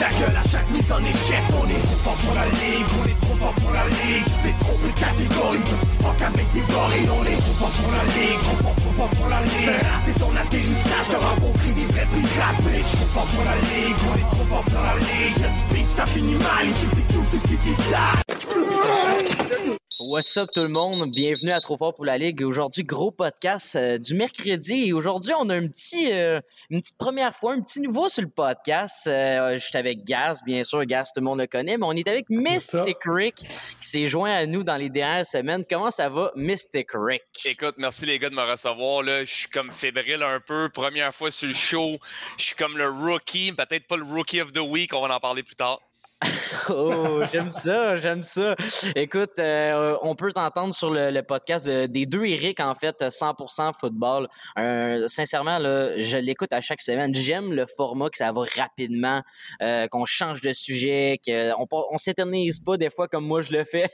ta gueule à chaque mise en échec. On est trop fort pour la ligue, on est trop fort pour la ligue. Tu t'es trompé de catégorie, tu fuck avec des gorilles. On est trop fort pour la ligue, trop fort pour la ligue. Fais rater ton atterrissage, t'as rencontré des vrais pirates. Mais je suis trop fort pour la ligue, on est trop fort pour la ligue. Si y'a du beat, ça finit mal, ici c'est QC, c'est des stars. What's up tout le monde, bienvenue à Trop Fort pour la Ligue. Aujourd'hui, gros podcast du mercredi et aujourd'hui, on a une petite première fois, un petit nouveau sur le podcast. Je suis avec Gaz, bien sûr, Gaz, tout le monde le connaît, mais on est avec Mystic Rick qui s'est joint à nous dans les dernières semaines. Comment ça va, Mystic Rick? Écoute, merci les gars de me recevoir. Là. Je suis comme fébrile un peu. Première fois sur le show, je suis comme le rookie, peut-être pas le rookie of the week, on va en parler plus tard. Oh, j'aime ça. Écoute, on peut t'entendre sur le podcast des deux Eric, en fait, 100% football. Sincèrement, là, je l'écoute à chaque semaine. J'aime le format que ça va rapidement, qu'on change de sujet, qu'on s'éternise pas des fois comme moi je le fais.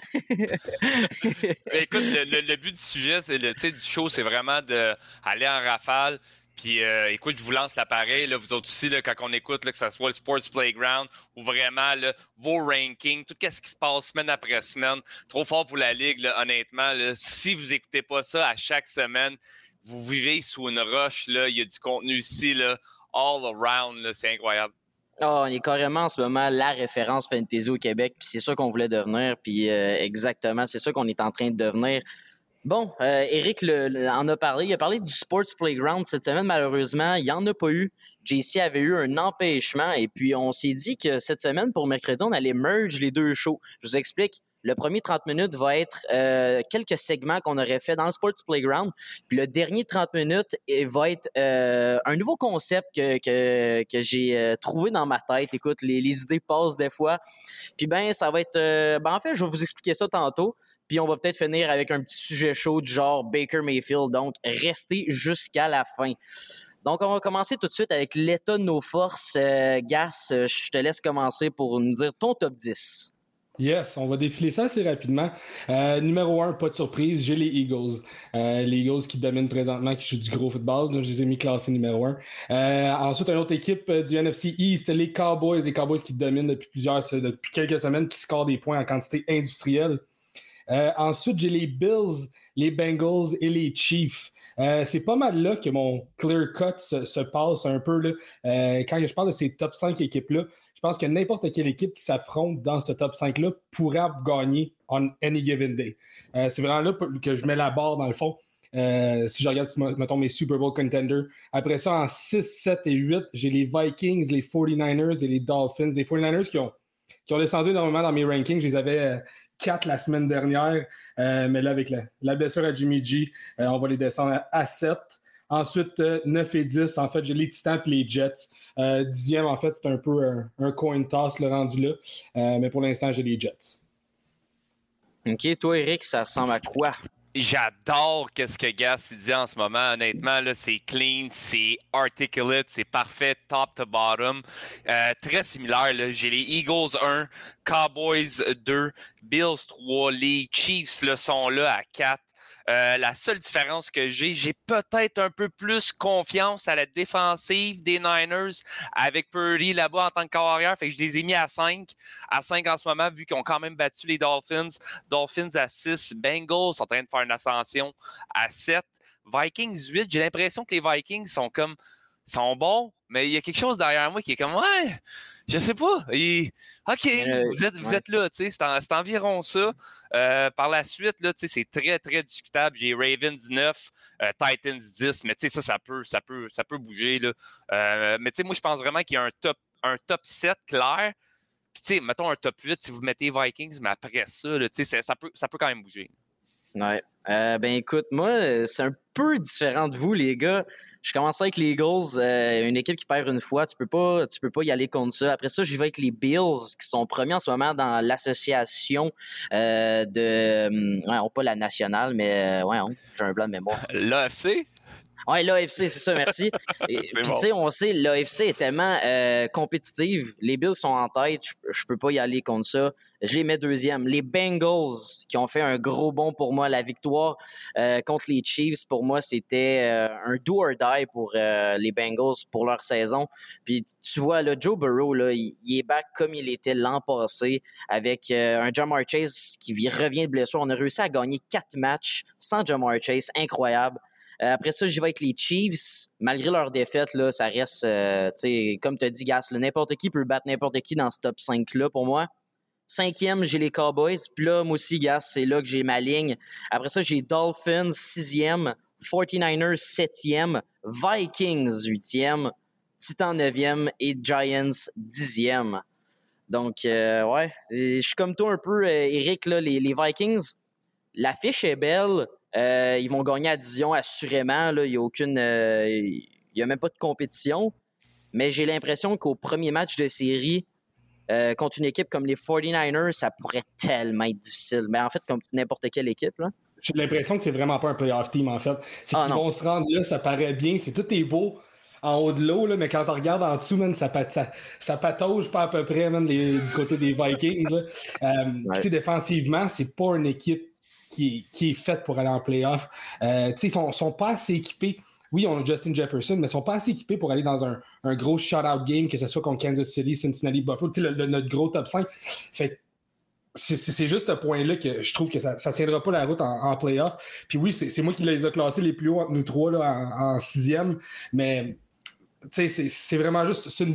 Écoute, le but du sujet, du show, c'est vraiment d'aller en rafale. Puis, écoute, je vous lance l'appareil, là, vous autres aussi, là, quand on écoute, là, que ce soit le Sports Playground ou vraiment là, vos rankings, tout ce qui se passe semaine après semaine. Trop fort pour la Ligue, là, honnêtement. Là, si vous écoutez pas ça à chaque semaine, vous vivez sous une roche. Là, il y a du contenu ici, là, all around. Là, c'est incroyable. Oh, on est carrément en ce moment la référence fantasy au Québec. Puis c'est ça qu'on voulait devenir. Puis exactement, c'est ça qu'on est en train de devenir. Bon, Eric en a parlé. Il a parlé du Sports Playground cette semaine. Malheureusement, il n'y en a pas eu. JC avait eu un empêchement. Et puis, on s'est dit que cette semaine, pour mercredi, on allait merge les deux shows. Je vous explique. Le premier 30 minutes va être quelques segments qu'on aurait fait dans le Sports Playground. Puis le dernier 30 minutes va être un nouveau concept que j'ai trouvé dans ma tête. Écoute, les idées passent des fois. Puis ça va être... en fait, je vais vous expliquer ça tantôt. Puis on va peut-être finir avec un petit sujet chaud du genre Baker Mayfield. Donc, restez jusqu'à la fin. Donc, on va commencer tout de suite avec l'état de nos forces. Gas, je te laisse commencer pour nous dire ton top 10. Yes, on va défiler ça assez rapidement. Numéro 1, pas de surprise, j'ai les Eagles. Les Eagles qui dominent présentement, qui jouent du gros football. Donc je les ai mis classés numéro 1. Ensuite, une autre équipe du NFC East, les Cowboys. Les Cowboys qui dominent depuis quelques semaines, qui scorent des points en quantité industrielle. Ensuite, j'ai les Bills, les Bengals et les Chiefs. C'est pas mal là que mon clear cut se passe un peu. Là. Quand je parle de ces top 5 équipes-là, je pense que n'importe quelle équipe qui s'affronte dans ce top 5-là pourra gagner on any given day. C'est vraiment là que je mets la barre dans le fond. Si je regarde, mettons, mes Super Bowl contenders. Après ça, en 6, 7 et 8, j'ai les Vikings, les 49ers et les Dolphins. Les 49ers qui ont descendu énormément dans mes rankings. Je les avais 4 la semaine dernière. Mais là, avec la blessure à Jimmy G, on va les descendre à 7. Ensuite, 9 et 10, en fait, j'ai les Titans et les Jets. 10e, en fait, c'est un peu un coin toss, le rendu là. Mais pour l'instant, j'ai les Jets. OK, toi, Eric, ça ressemble à quoi? J'adore ce que Gas dit en ce moment. Honnêtement, là, c'est clean, c'est articulate, c'est parfait, top to bottom. Très similaire. Là. J'ai les Eagles 1, Cowboys 2, Bills 3, les Chiefs là, sont là à 4. La seule différence que j'ai peut-être un peu plus confiance à la défensive des Niners avec Purdy là-bas en tant que carrière. Fait que je les ai mis à 5. À 5 en ce moment, vu qu'ils ont quand même battu les Dolphins. Dolphins à 6. Bengals sont en train de faire une ascension à 7. Vikings 8. J'ai l'impression que les Vikings sont bons, mais il y a quelque chose derrière moi qui est comme, ouais, je sais pas. OK, vous êtes là, tu sais, c'est environ ça. Par la suite, là, tu sais, c'est très, très discutable. J'ai Ravens 9, Titans 10, mais tu sais, ça peut bouger, là. Mais tu sais, moi, je pense vraiment qu'il y a un top 7 clair. Puis tu sais, mettons un top 8 si vous mettez Vikings, mais après ça, là, tu sais, ça peut quand même bouger. Ouais. Écoute, moi, c'est un peu différent de vous, les gars. Je commence avec les Eagles, une équipe qui perd une fois, tu peux pas y aller contre ça. Après ça, j'y vais avec les Bills qui sont premiers en ce moment dans l'association pas la nationale, mais j'ai un blanc de mémoire. L'AFC? Ouais, l'AFC, c'est ça, merci. Puis, tu sais, on sait, l'AFC est tellement compétitive. Les Bills sont en tête. Je peux pas y aller contre ça. Je les mets deuxième. Les Bengals, qui ont fait un gros bond pour moi, la victoire contre les Chiefs, pour moi, c'était un do or die pour les Bengals pour leur saison. Puis, tu vois, là, Joe Burrow, là, il est back comme il était l'an passé avec un Ja'Marr Chase qui revient de blessure. On a réussi à gagner 4 matchs sans Ja'Marr Chase. Incroyable. Après ça, j'y vais avec les Chiefs. Malgré leur défaite, là, ça reste, tu sais, comme tu as dit, Gas, là, n'importe qui peut battre n'importe qui dans ce top 5-là pour moi. 5e, j'ai les Cowboys. Puis là, moi aussi, Gas, c'est là que j'ai ma ligne. Après ça, j'ai Dolphins, 6e. 49ers, 7e. Vikings, 8e. Titans, 9e. Et Giants, 10e. Donc, ouais, je suis comme toi un peu, Eric, là, les Vikings, l'affiche est belle. Ils vont gagner la division assurément. Là. Il n'y a même pas de compétition. Mais j'ai l'impression qu'au premier match de série, contre une équipe comme les 49ers, ça pourrait tellement être difficile. Mais en fait, comme n'importe quelle équipe. Là. J'ai l'impression que c'est vraiment pas un playoff team, en fait. C'est qu'ils vont se rendre là, ça paraît bien. Tout est beau en haut de l'eau, là, mais quand on regarde en dessous, man, ça patauge pas à peu près man, du côté des Vikings. Ouais. Défensivement, c'est pas une équipe qui est faite pour aller en playoff. Ils sont pas assez équipés. Oui, on a Justin Jefferson, mais ils sont pas assez équipés pour aller dans un gros shutout game, que ce soit contre Kansas City, Cincinnati, Buffalo, notre gros top 5. Fait c'est juste ce point-là que je trouve que ça ne tiendra pas la route en playoff. Puis oui, c'est moi qui les ai classés les plus hauts entre nous trois là, en 6e, mais c'est vraiment juste c'est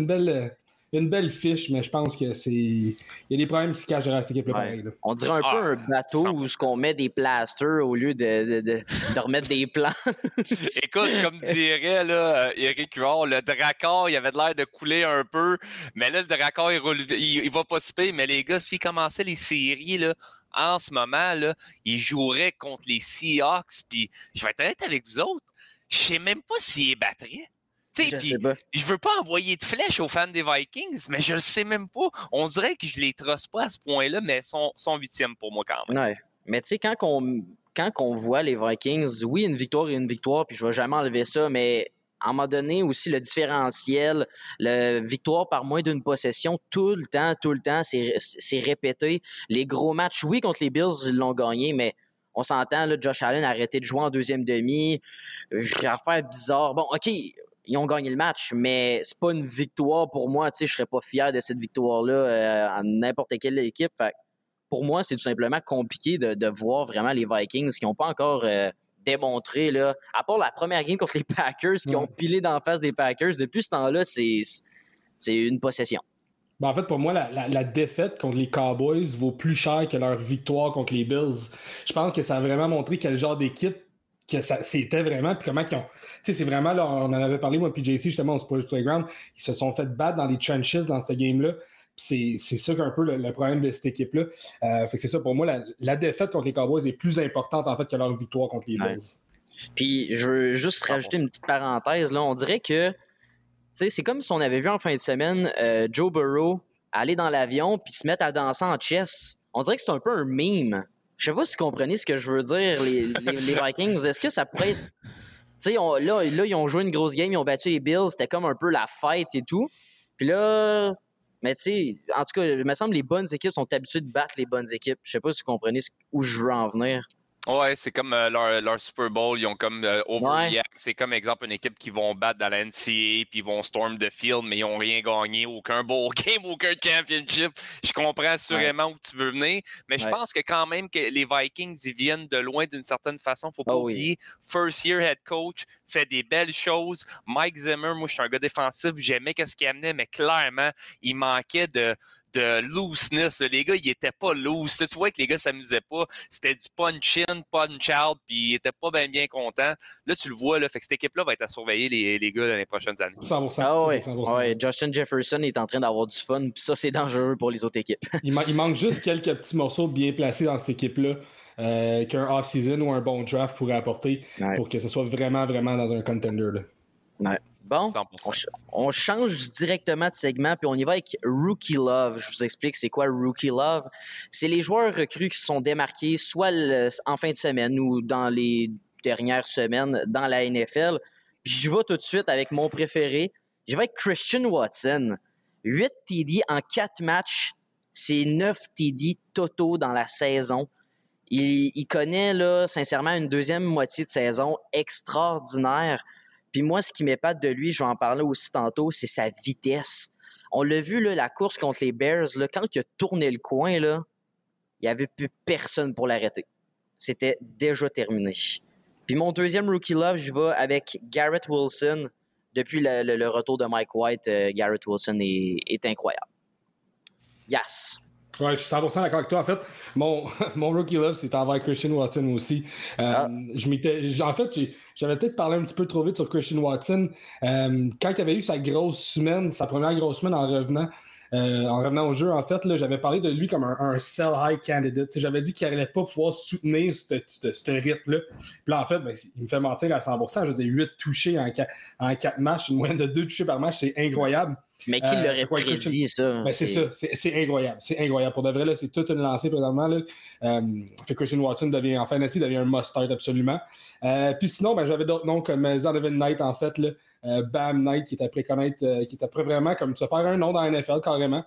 une belle fiche, mais je pense que il y a des problèmes qui se cachent derrière cette équipe-là. Ouais. Pareil, là. On dirait un peu un bateau où on met des plasters au lieu de remettre des plans. Écoute, comme dirait là, Eric Huard, le Dracor, il avait l'air de couler un peu, mais là, le Dracor, il va pas se payer. Mais les gars, s'ils commençaient les séries, là, en ce moment, là, ils joueraient contre les Seahawks, puis je vais être honnête avec vous autres, je sais même pas s'ils battraient. Je veux pas envoyer de flèches aux fans des Vikings, mais je le sais même pas. On dirait que je les trosse pas à ce point-là, mais sont 8e pour moi quand même. Ouais. Mais tu sais, quand on voit les Vikings, oui, une victoire et une victoire, puis je vais jamais enlever ça, mais à un moment donné aussi, le différentiel, la victoire par moins d'une possession, tout le temps, c'est répété. Les gros matchs, oui, contre les Bills, ils l'ont gagné, mais on s'entend, là, Josh Allen a arrêté de jouer en deuxième demi. Affaire bizarre. Bon, OK, ils ont gagné le match, mais c'est pas une victoire pour moi. Tu sais, je serais pas fier de cette victoire-là à n'importe quelle équipe. Fait, pour moi, c'est tout simplement compliqué de voir vraiment les Vikings qui n'ont pas encore démontré, là, à part la première game contre les Packers, qui ont pilé d'en face des Packers. Depuis ce temps-là, c'est une possession. Ben en fait, pour moi, la défaite contre les Cowboys vaut plus cher que leur victoire contre les Bills. Je pense que ça a vraiment montré quel genre d'équipe que c'était vraiment, puis comment ils ont... Tu sais, c'est vraiment, là, on en avait parlé, moi, puis JC, justement, au Sports Playground, ils se sont fait battre dans les trenches dans ce game-là. C'est ça qu'un peu le problème de cette équipe-là. Fait que c'est ça, pour moi, la défaite contre les Cowboys est plus importante, en fait, que leur victoire contre les Bills. Puis, je veux juste rajouter une petite parenthèse, là. On dirait que, tu sais, c'est comme si on avait vu en fin de semaine Joe Burrow aller dans l'avion puis se mettre à danser en chess. On dirait que c'est un peu un meme. Je sais pas si vous comprenez ce que je veux dire, les Vikings. Est-ce que ça pourrait être... Tu sais, là, ils ont joué une grosse game, ils ont battu les Bills, c'était comme un peu la fête et tout. Puis là... Mais tu sais, en tout cas, il me semble que les bonnes équipes sont habituées de battre les bonnes équipes. Je sais pas si vous comprenez où je veux en venir. Ouais, c'est comme leur Super Bowl, ils ont comme overreact. Ouais. C'est comme exemple une équipe qui vont battre dans la NCAA puis ils vont storm the field, mais ils n'ont rien gagné, aucun bowl game, aucun championship. Je comprends assurément où tu veux venir, mais je pense que quand même que les Vikings, ils viennent de loin d'une certaine façon. Faut pas oublier. First year head coach, fait des belles choses. Mike Zimmer, moi je suis un gars défensif, j'aimais ce qu'il amenait, mais clairement, il manquait de looseness. Les gars, ils étaient pas loose. Tu vois que les gars s'amusaient pas. C'était du punch-in, punch-out, puis ils étaient pas bien contents. Là, tu le vois, là, fait que cette équipe-là va être à surveiller les gars dans les prochaines années. 100%. Ah ouais. 100%. Ouais, Justin Jefferson est en train d'avoir du fun, puis ça, c'est dangereux pour les autres équipes. Il manque juste quelques petits morceaux bien placés dans cette équipe-là qu'un off-season ou un bon draft pourrait apporter pour que ce soit vraiment, vraiment dans un contender. Là. Ouais. Bon, on change directement de segment, puis on y va avec Rookie Love. Je vous explique c'est quoi Rookie Love. C'est les joueurs recrues qui se sont démarqués soit en fin de semaine ou dans les dernières semaines dans la NFL. Puis je vais tout de suite avec mon préféré. Je vais avec Christian Watson. 8 TD en 4 matchs. C'est 9 TD totaux dans la saison. Il connaît, là, sincèrement, une deuxième moitié de saison extraordinaire. Puis moi, ce qui m'épate de lui, je vais en parler aussi tantôt, c'est sa vitesse. On l'a vu, là, la course contre les Bears, là, quand il a tourné le coin, là, il n'y avait plus personne pour l'arrêter. C'était déjà terminé. Puis mon deuxième Rookie Love, je vais avec Garrett Wilson. Depuis le retour de Mike White, Garrett Wilson est incroyable. Yes! Ouais, je suis 100% d'accord avec toi. En fait, mon Rookie Love, c'est envers Christian Watson aussi. En fait, j'avais peut-être parlé un petit peu trop vite sur Christian Watson. Quand il avait eu sa première grosse semaine en revenant au jeu, en fait, là, j'avais parlé de lui comme un sell high candidate. T'sais, j'avais dit qu'il n'allait pas pouvoir soutenir ce rythme-là. Puis là, en fait, il me fait mentir à 100%. Je veux dire, 8 touchés en 4 matchs, une moyenne de 2 touchés par match, c'est incroyable. Mais qui l'aurait prédit, ça? C'est ça, c'est incroyable. C'est incroyable. Pour de vrai, là, c'est toute une lancée présentement. Là. Fait que Christian Watson en fantasy devient un must-start absolument. Puis sinon, j'avais d'autres noms comme Zonovan Knight, en fait, là, Bam Knight, qui était prêt vraiment comme se faire un nom dans la NFL carrément.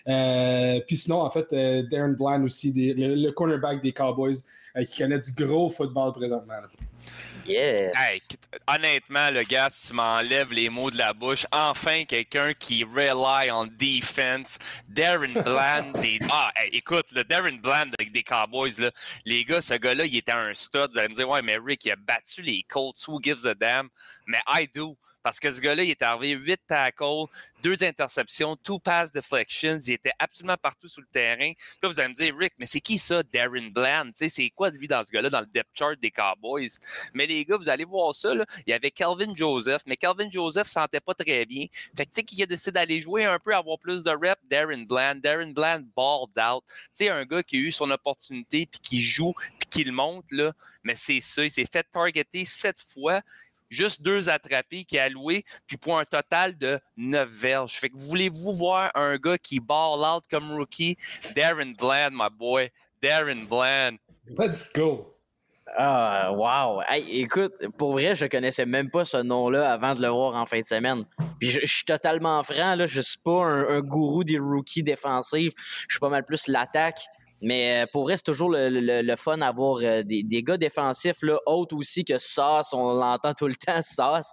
Puis sinon, en fait, Darren Bland aussi, le cornerback des Cowboys, qui connaît du gros football présentement. Là. Yes. Hey, honnêtement, le gars, si tu m'enlèves les mots de la bouche, enfin quelqu'un qui rely on defense. Darren Bland, écoute, le Darren Bland des Cowboys, là, les gars, ce gars-là, il était un stud. Vous allez me dire, ouais, mais Rick, il a battu les Colts. Who gives a damn? Mais I do. Parce que ce gars-là, il est arrivé 8 tackles, 2 interceptions, 2 pass deflections. Il était absolument partout sur le terrain. Puis là, vous allez me dire, Rick, mais c'est qui ça, Darren Bland? Tu sais, c'est quoi, lui, dans ce gars-là, dans le depth chart des Cowboys? Mais les gars, vous allez voir ça, là. Il y avait Kelvin Joseph, mais Kelvin Joseph ne sentait pas très bien. Fait que, tu sais, qui a décidé d'aller jouer un peu, avoir plus de reps? Darren Bland. Darren Bland balled out. Tu sais, un gars qui a eu son opportunité, puis qui joue, puis qui le monte, là. Mais c'est ça, il s'est fait targeter 7 fois. Juste 2 attrapés qui a loué, puis pour un total de 9 verges. Fait que voulez-vous voir un gars qui ball out comme rookie? Darren Bland, my boy. Darren Bland. Let's go! Ah, wow! Hey, écoute, pour vrai, je connaissais même pas ce nom-là avant de le voir en fin de semaine. Puis je suis totalement franc, là, je suis pas un gourou des rookies défensifs. Je suis pas mal plus l'attaque. Mais pour vrai, c'est toujours le fun d'avoir des gars défensifs, là, autres aussi que Sauce, on l'entend tout le temps, Sauce.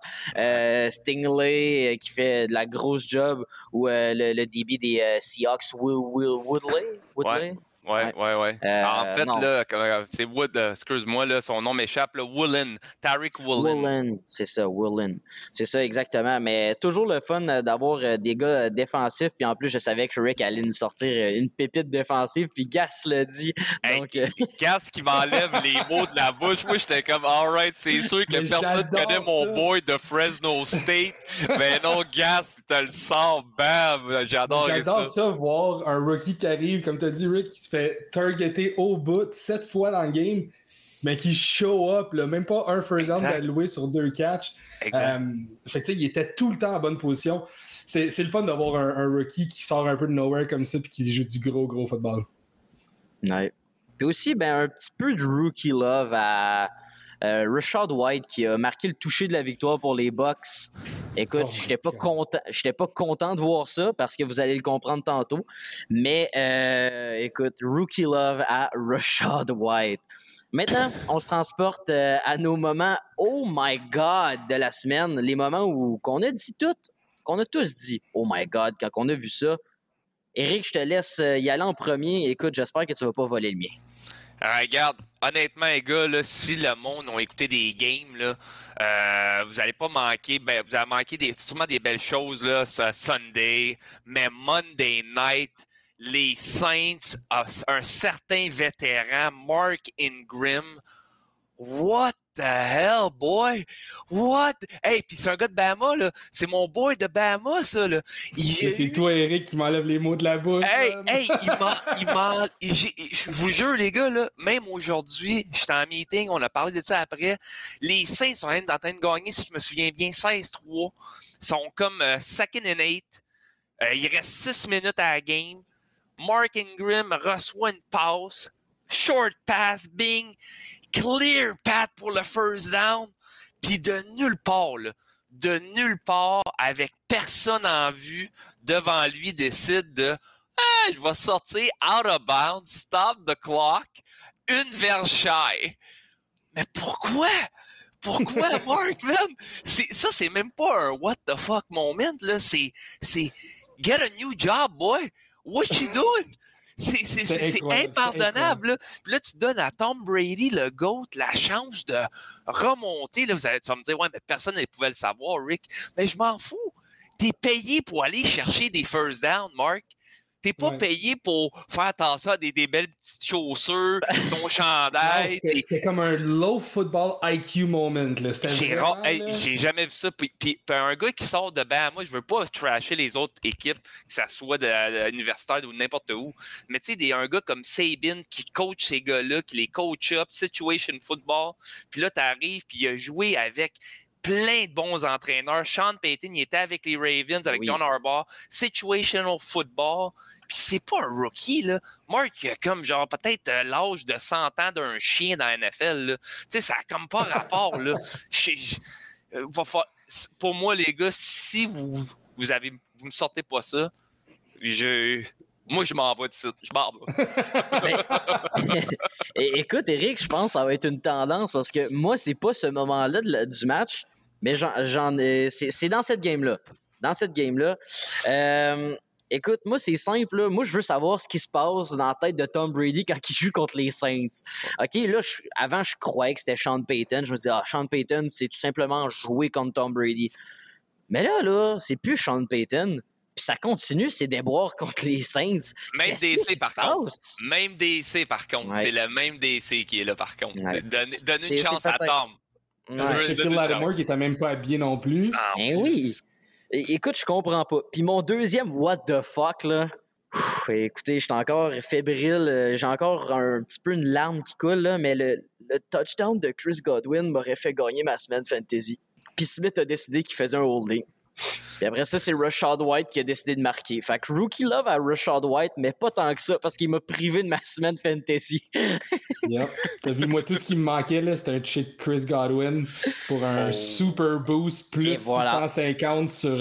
Stingley qui fait de la grosse job, ou le DB des Seahawks, Woodley? Ouais. En fait, non. là, c'est Wood, excuse-moi, là, son nom m'échappe, là, Woolen, Tariq Woolen. Woolen, c'est ça, Woolen. C'est ça, exactement. Mais toujours le fun d'avoir des gars défensifs. Puis en plus, je savais que Rick allait nous sortir une pépite défensive. Puis Gas l'a dit. Hey, Donc, Gas qui m'enlève les mots de la bouche. Moi, j'étais comme, alright, c'est sûr que personne connaît mon boy de Fresno State. Mais non, Gas, tu le sens, bam. J'adore ça, voir un rookie qui arrive, comme tu as dit, Rick, qui se fait targeter au bout 7 fois dans le game, mais qui show up, là, même pas un first down d'alloué sur 2 catchs. Fait que, il était tout le temps en bonne position. C'est le fun d'avoir un rookie qui sort un peu de nowhere comme ça puis qui joue du gros football. Ouais. Puis aussi, un petit peu de rookie love à Rashad White qui a marqué le toucher de la victoire pour les Bucks. Écoute, j'étais pas content de voir ça parce que vous allez le comprendre tantôt. Mais écoute, rookie love à Rashad White. Maintenant, on se transporte à nos moments oh my God de la semaine, les moments où qu'on a tous dit oh my God quand on a vu ça. Éric, je te laisse y aller en premier. Écoute, j'espère que tu vas pas voler le mien. Regarde, honnêtement, les gars, là, si le monde a écouté des games, là, vous n'allez pas manquer, vous allez manquer sûrement des belles choses, là, Sunday, mais Monday night, les Saints, un certain vétéran, Mark Ingram, what the hell, boy? What? Hey, puis c'est un gars de Bama, là. C'est mon boy de Bama, ça, là. C'est toi, Eric, qui m'enlève les mots de la bouche. Je vous jure, les gars, là, même aujourd'hui, j'étais en meeting, on a parlé de ça après. Les Saints sont en train de gagner, si je me souviens bien, 16-3. Ils sont comme second and 8. Il reste 6 minutes à la game. Mark Ingram reçoit une passe. short pass, bing, clear path pour le first down, puis de nulle part, avec personne en vue, devant lui, décide de « il va sortir out of bounds, stop the clock, une verge shy. » Mais pourquoi? Pourquoi, Mark, man? C'est même pas un what the fuck moment, là. C'est get a new job, boy. What you doing? C'est impardonnable, là. Puis là, tu donnes à Tom Brady, le GOAT, la chance de remonter. Là, tu vas me dire, ouais, mais personne ne pouvait le savoir, Rick. Mais je m'en fous. T'es payé pour aller chercher des first down, Mark. T'es pas payé pour faire attention à des belles petites chaussures, ton chandail. C'était comme un low football IQ moment. Là. J'ai jamais vu ça. Puis un gars qui sort de banc, moi, je veux pas trasher les autres équipes, que ça soit de l'universitaire ou n'importe où. Mais tu sais, un gars comme Saban qui coach ces gars-là, qui les coach up, situation football. Puis là, t'arrives, puis il a joué avec plein de bons entraîneurs. Sean Payton, il était avec les Ravens, avec John Harbaugh. Situational football. Puis c'est pas un rookie, là. Mark, il a comme genre peut-être l'âge de 100 ans d'un chien dans la NFL, là. Tu sais, ça a comme pas rapport, là. Pour moi, les gars, si vous me sortez pas ça, moi, je m'en vais de site. Je m'en vais. Écoute, Eric, je pense que ça va être une tendance parce que moi, c'est pas ce moment-là du match, mais c'est dans cette game-là. Écoute, moi, c'est simple. Là. Moi, je veux savoir ce qui se passe dans la tête de Tom Brady quand il joue contre les Saints. OK, là, avant, je croyais que c'était Sean Payton. Je me disais, Sean Payton, c'est tout simplement jouer contre Tom Brady. Mais là, c'est plus Sean Payton. Puis ça continue, c'est déboire contre les Saints. Même DC, par contre. Ouais. C'est le même DC qui est là, par contre. Ouais. Donne une chance à Tom. Shaquille Lattimore qui était même pas habillé non plus. Oui. Écoute, je comprends pas. Puis mon deuxième what the fuck, là. Écoutez, je suis encore fébrile. J'ai encore un petit peu une larme qui coule, là. Mais le touchdown de Chris Godwin m'aurait fait gagner ma semaine fantasy. Puis Smith a décidé qu'il faisait un holding. Puis après ça, c'est Rashad White qui a décidé de marquer. Fait que rookie love à Rashad White, mais pas tant que ça, parce qu'il m'a privé de ma semaine fantasy. Yep. T'as vu, moi, tout ce qui me manquait, là, c'était un check Chris Godwin pour un super boost, plus 650 sur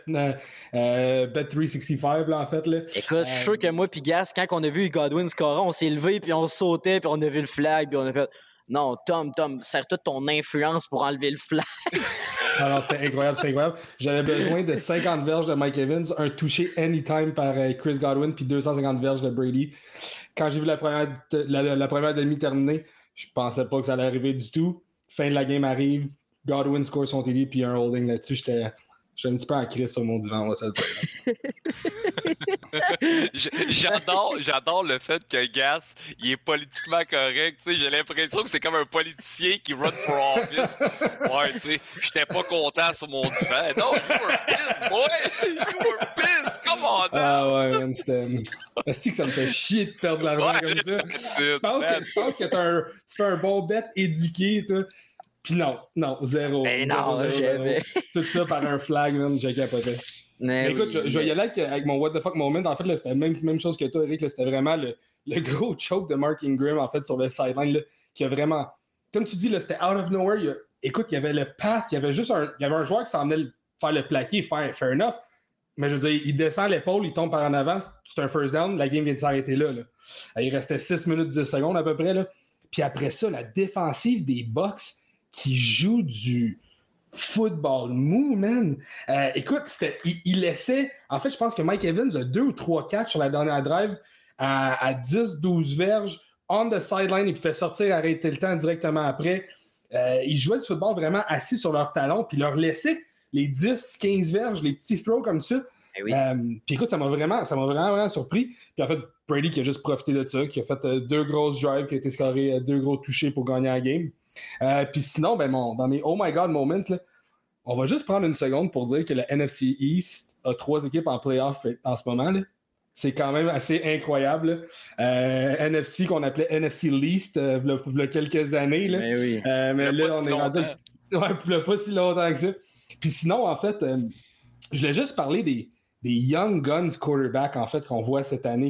Bet365, là, en fait. Là. Écoute, je suis sûr que moi puis Gas, quand on a vu Godwin scorer, on s'est levé, puis on sautait, puis on a vu le flag, puis on a fait... Non, Tom, sers-toi de ton influence pour enlever le flag. Alors, c'était incroyable. J'avais besoin de 50 verges de Mike Evans, un touché anytime par Chris Godwin, puis 250 verges de Brady. Quand j'ai vu la première demi terminée, je pensais pas que ça allait arriver du tout. Fin de la game arrive, Godwin score son TD, puis un holding là-dessus. J'étais un petit peu en crise sur mon divan, on va se le dire. J'adore le fait que Gas, il est politiquement correct. Tu sais, j'ai l'impression que c'est comme un politicien qui run for office. Ouais, tu sais, j'étais pas content sur mon divan. Non, you were pissed, boy! You were pissed! Come on! Ah ouais, man, c'était... Est-ce que ça me fait chier de perdre de l'argent comme ça? Tu penses que tu fais un bon bet éduqué, toi? Puis non, zéro. Ben non, jamais. Tout ça par un flag, man, j'ai capoté. Mais écoute, je vais y aller avec mon what the fuck moment. En fait, là, c'était la même chose que toi, Eric. Là, c'était vraiment le gros choke de Mark Ingram, en fait, sur le sideline, là, qui a vraiment... Comme tu dis, là, c'était out of nowhere. Écoute, il y avait le path, il y avait juste un joueur qui s'en venait faire le plaqué, fair enough. Mais je veux dire, il descend l'épaule, il tombe par en avant, c'est un first down, la game vient de s'arrêter là. Il restait 6 minutes 10 secondes à peu près. Là. Puis après ça, la défensive des Bucks qui joue du football mou, man. Écoute, il laissait... En fait, je pense que Mike Evans a 2 ou 3 catchs sur la dernière drive à 10-12 verges. On the sideline, il fait sortir, arrêter le temps directement après. Ils jouaient du football vraiment assis sur leur talon, puis leur laissaient les 10-15 verges, les petits throws comme ça. Eh oui. Puis écoute, ça m'a vraiment surpris. Puis en fait, Brady qui a juste profité de ça, qui a fait 2 grosses drives, qui a été scoré 2 gros touchés pour gagner la game. Puis sinon, dans mes oh my god moments, là, on va juste prendre une seconde pour dire que le NFC East a 3 équipes en playoff en ce moment. Là. C'est quand même assez incroyable. NFC qu'on appelait NFC Least il y a quelques années. Là. Mais oui. Mais là, on est rendu... Ouais, il pas si longtemps que ça. Puis sinon, en fait, je voulais juste parler des Young Guns quarterbacks, en fait, qu'on voit cette année.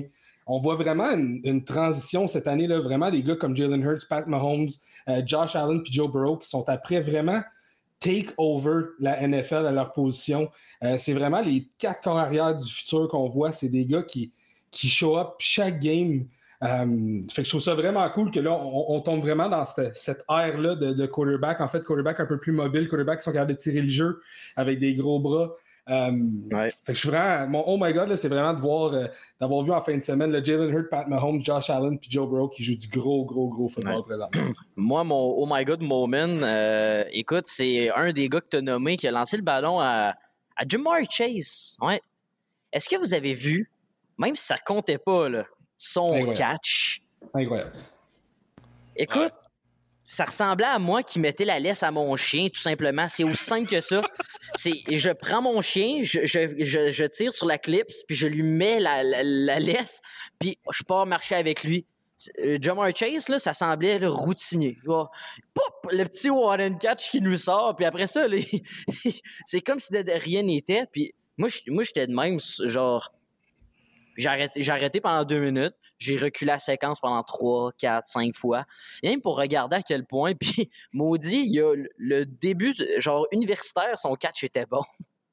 on voit vraiment une transition cette année, là, vraiment des gars comme Jalen Hurts, Pat Mahomes, Josh Allen puis Joe Burrow qui sont après vraiment take over la NFL à leur position. C'est vraiment les 4 corps arrière du futur qu'on voit. C'est des gars qui show up chaque game. Fait que je trouve ça vraiment cool que là, on tombe vraiment dans cette ère-là de quarterback. En fait, quarterback un peu plus mobile, quarterback qui sont capables de tirer le jeu avec des gros bras. Fait que je suis vraiment... Mon oh my God, là, c'est vraiment d'avoir vu en fin de semaine le Jalen Hurts, Pat Mahomes, Josh Allen puis Joe Burrow qui jouent du gros football présent. Moi, mon oh my God moment, écoute, c'est un des gars que tu as nommé qui a lancé le ballon à Ja'Marr Chase. Ouais. Est-ce que vous avez vu, même si ça comptait pas, là, son catch? Incroyable. Écoute, ça ressemblait à moi qui mettais la laisse à mon chien, tout simplement. C'est aussi simple que ça. Je prends mon chien, je tire sur la clips, puis je lui mets la laisse, puis je pars marcher avec lui. Ja'Marr Chase, là, ça semblait là, routinier. Oh, pop, le petit one and catch qui nous sort, puis après ça, là, c'est comme si de rien n'était. Puis moi, j'étais de même, genre... J'ai arrêté pendant 2 minutes. J'ai reculé la séquence pendant 3, 4, 5 fois. Et même pour regarder à quel point, puis maudit, il y a le début, genre universitaire, son catch était bon.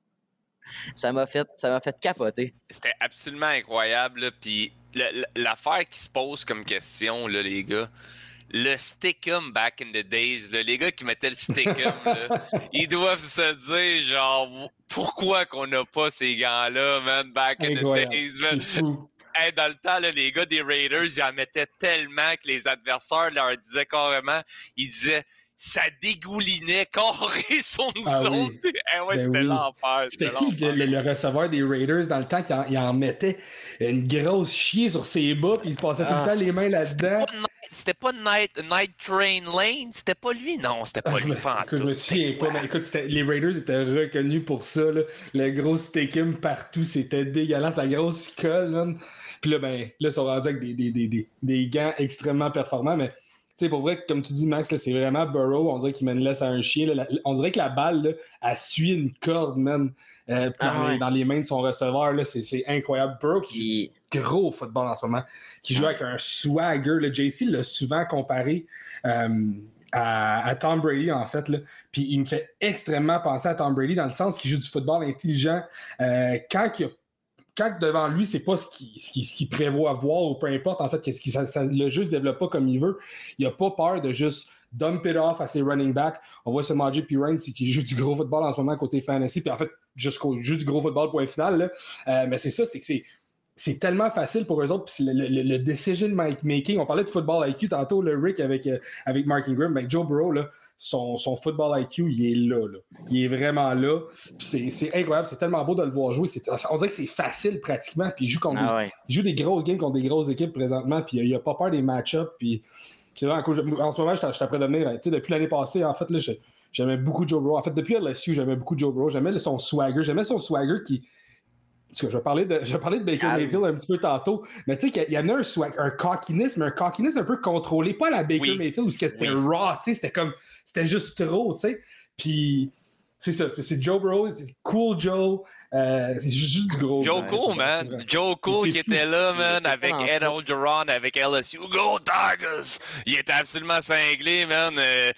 Ça m'a fait capoter. C'était absolument incroyable. Là. Puis l'affaire qui se pose comme question, là, les gars, le stick-em back in the days, là, les gars qui mettaient le stick-em, là, ils doivent se dire, genre, pourquoi qu'on n'a pas ces gants-là, man, back in the days, man. Hey, dans le temps, là, les gars des Raiders, ils en mettaient tellement que les adversaires leur disaient carrément, ils disaient, ça dégoulinait carré son zone. Oui. C'était l'enfer. C'était qui le receveur des Raiders dans le temps qui en mettait une grosse chier sur ses bas puis il se passait tout le temps les mains là-dedans? C'était pas Night Train Lane? C'était pas lui? Non, c'était pas lui. Je me souviens pas, mais écoute, les Raiders étaient reconnus pour ça. Là. Le gros stick-em partout, c'était dégueulasse. La grosse colle, man. Puis là, ils sont rendus avec des gants extrêmement performants, mais tu sais, pour vrai, comme tu dis, Max, là, c'est vraiment Burrow. On dirait qu'il mène laisse à un chien. Là. On dirait que la balle, là, elle suit une corde, man, dans les mains de son receveur. Là, c'est incroyable. Burrow qui joue du gros football en ce moment, qui joue avec un swagger. Le JC l'a souvent comparé à Tom Brady, en fait. Là. Puis il me fait extrêmement penser à Tom Brady dans le sens qu'il joue du football intelligent. Quand devant lui, c'est pas ce qu'il prévoit voir ou peu importe, en fait, le jeu se développe pas comme il veut. Il a pas peur de juste dump it off à ses running backs. On voit ce Magic Pirine qui joue du gros football en ce moment côté fantasy, puis en fait, joue du gros football point final. Là. Mais c'est ça, c'est que c'est tellement facile pour eux autres. Puis le decision making, on parlait de football IQ tantôt, le Rick avec Mark Ingram, avec Joe Burrow, là, son football IQ, il est là. Il est vraiment là. Puis c'est incroyable, c'est tellement beau de le voir jouer. On dirait que c'est facile pratiquement. Puis il joue des grosses games contre des grosses équipes présentement. Puis il n'a pas peur des match-ups. Puis c'est vraiment cool. En ce moment, je suis après de venir. Depuis l'année passée, en fait, là, j'aimais beaucoup Joe Burrow. En fait, depuis LSU, j'aimais beaucoup Joe Burrow. J'aimais son swagger. J'aimais son swagger qui... Parce que je parlais de Baker Mayfield un petit peu tantôt, mais tu sais qu'il y en a un cockiness, mais un cockiness un peu contrôlé, pas la Baker Mayfield où c'était raw, tu sais, c'était juste trop, tu sais. Puis c'est ça, c'est Joe Burrow, c'est Cool Joe, c'est juste du gros. Joe Cool, man. Joe Cool qui était là, man, avec Ed Orgeron, avec LSU. Go Tigers! Il était absolument cinglé, man.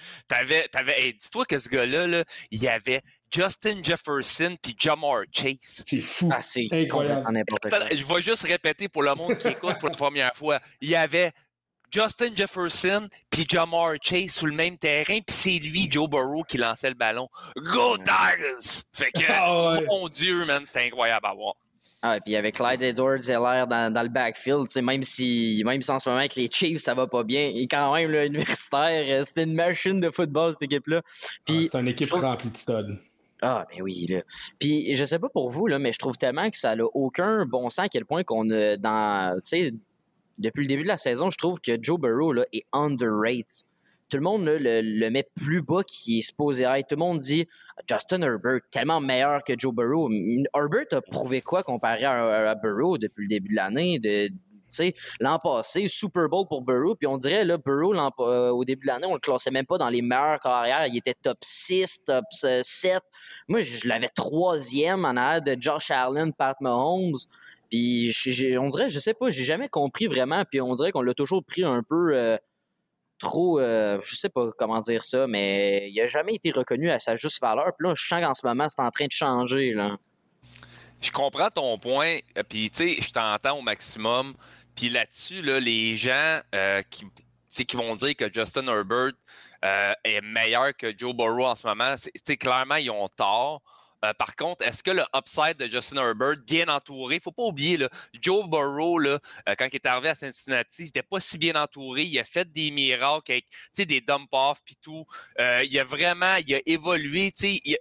Dis-toi que ce gars-là, là, il y avait Justin Jefferson puis Ja'Marr Chase. C'est fou. C'est incroyable. Je vais juste répéter pour le monde qui écoute pour la première fois. Il y avait Justin Jefferson puis Ja'Marr Chase sur le même terrain, puis c'est lui, Joe Burrow, qui lançait le ballon. Go Tigers! Fait que, mon Dieu, man, c'était incroyable à voir. Ah, et puis avec Clyde Edwards-Helaire dans le backfield, même si en ce moment avec les Chiefs ça va pas bien, et quand même là, universitaire, c'était une machine de football cette équipe-là. Puis, c'est une équipe remplie de studs. Ah, ben oui, là. Puis, je sais pas pour vous, là, mais je trouve tellement que ça n'a aucun bon sens à quel point qu'on a depuis le début de la saison, je trouve que Joe Burrow, là, est underrated. Tout le monde là, le met plus bas qu'il est supposé être. Tout le monde dit Justin Herbert, tellement meilleur que Joe Burrow. Herbert a prouvé quoi comparé à Burrow depuis le début de l'année? L'an passé, Super Bowl pour Burrow, puis on dirait, là, Burrow, au début de l'année, on le classait même pas dans les meilleures carrières. Il était top 6, top 7. Moi, je l'avais 3e en arrière de Josh Allen, Pat Mahomes. Puis on dirait, je sais pas, j'ai jamais compris vraiment, puis on dirait qu'on l'a toujours pris un peu trop, je sais pas comment dire ça, mais il a jamais été reconnu à sa juste valeur. Puis là, je sens qu'en ce moment, c'est en train de changer, là. Je comprends ton point, puis tu sais, je t'entends au maximum. Puis là-dessus, là, les gens qui vont dire que Justin Herbert est meilleur que Joe Burrow en ce moment, clairement, ils ont tort. Par contre, est-ce que le upside de Justin Herbert, bien entouré, faut pas oublier, là, Joe Burrow, là, quand il est arrivé à Cincinnati, il n'était pas si bien entouré. Il a fait des miracles avec des dump-offs puis tout. Il a évolué.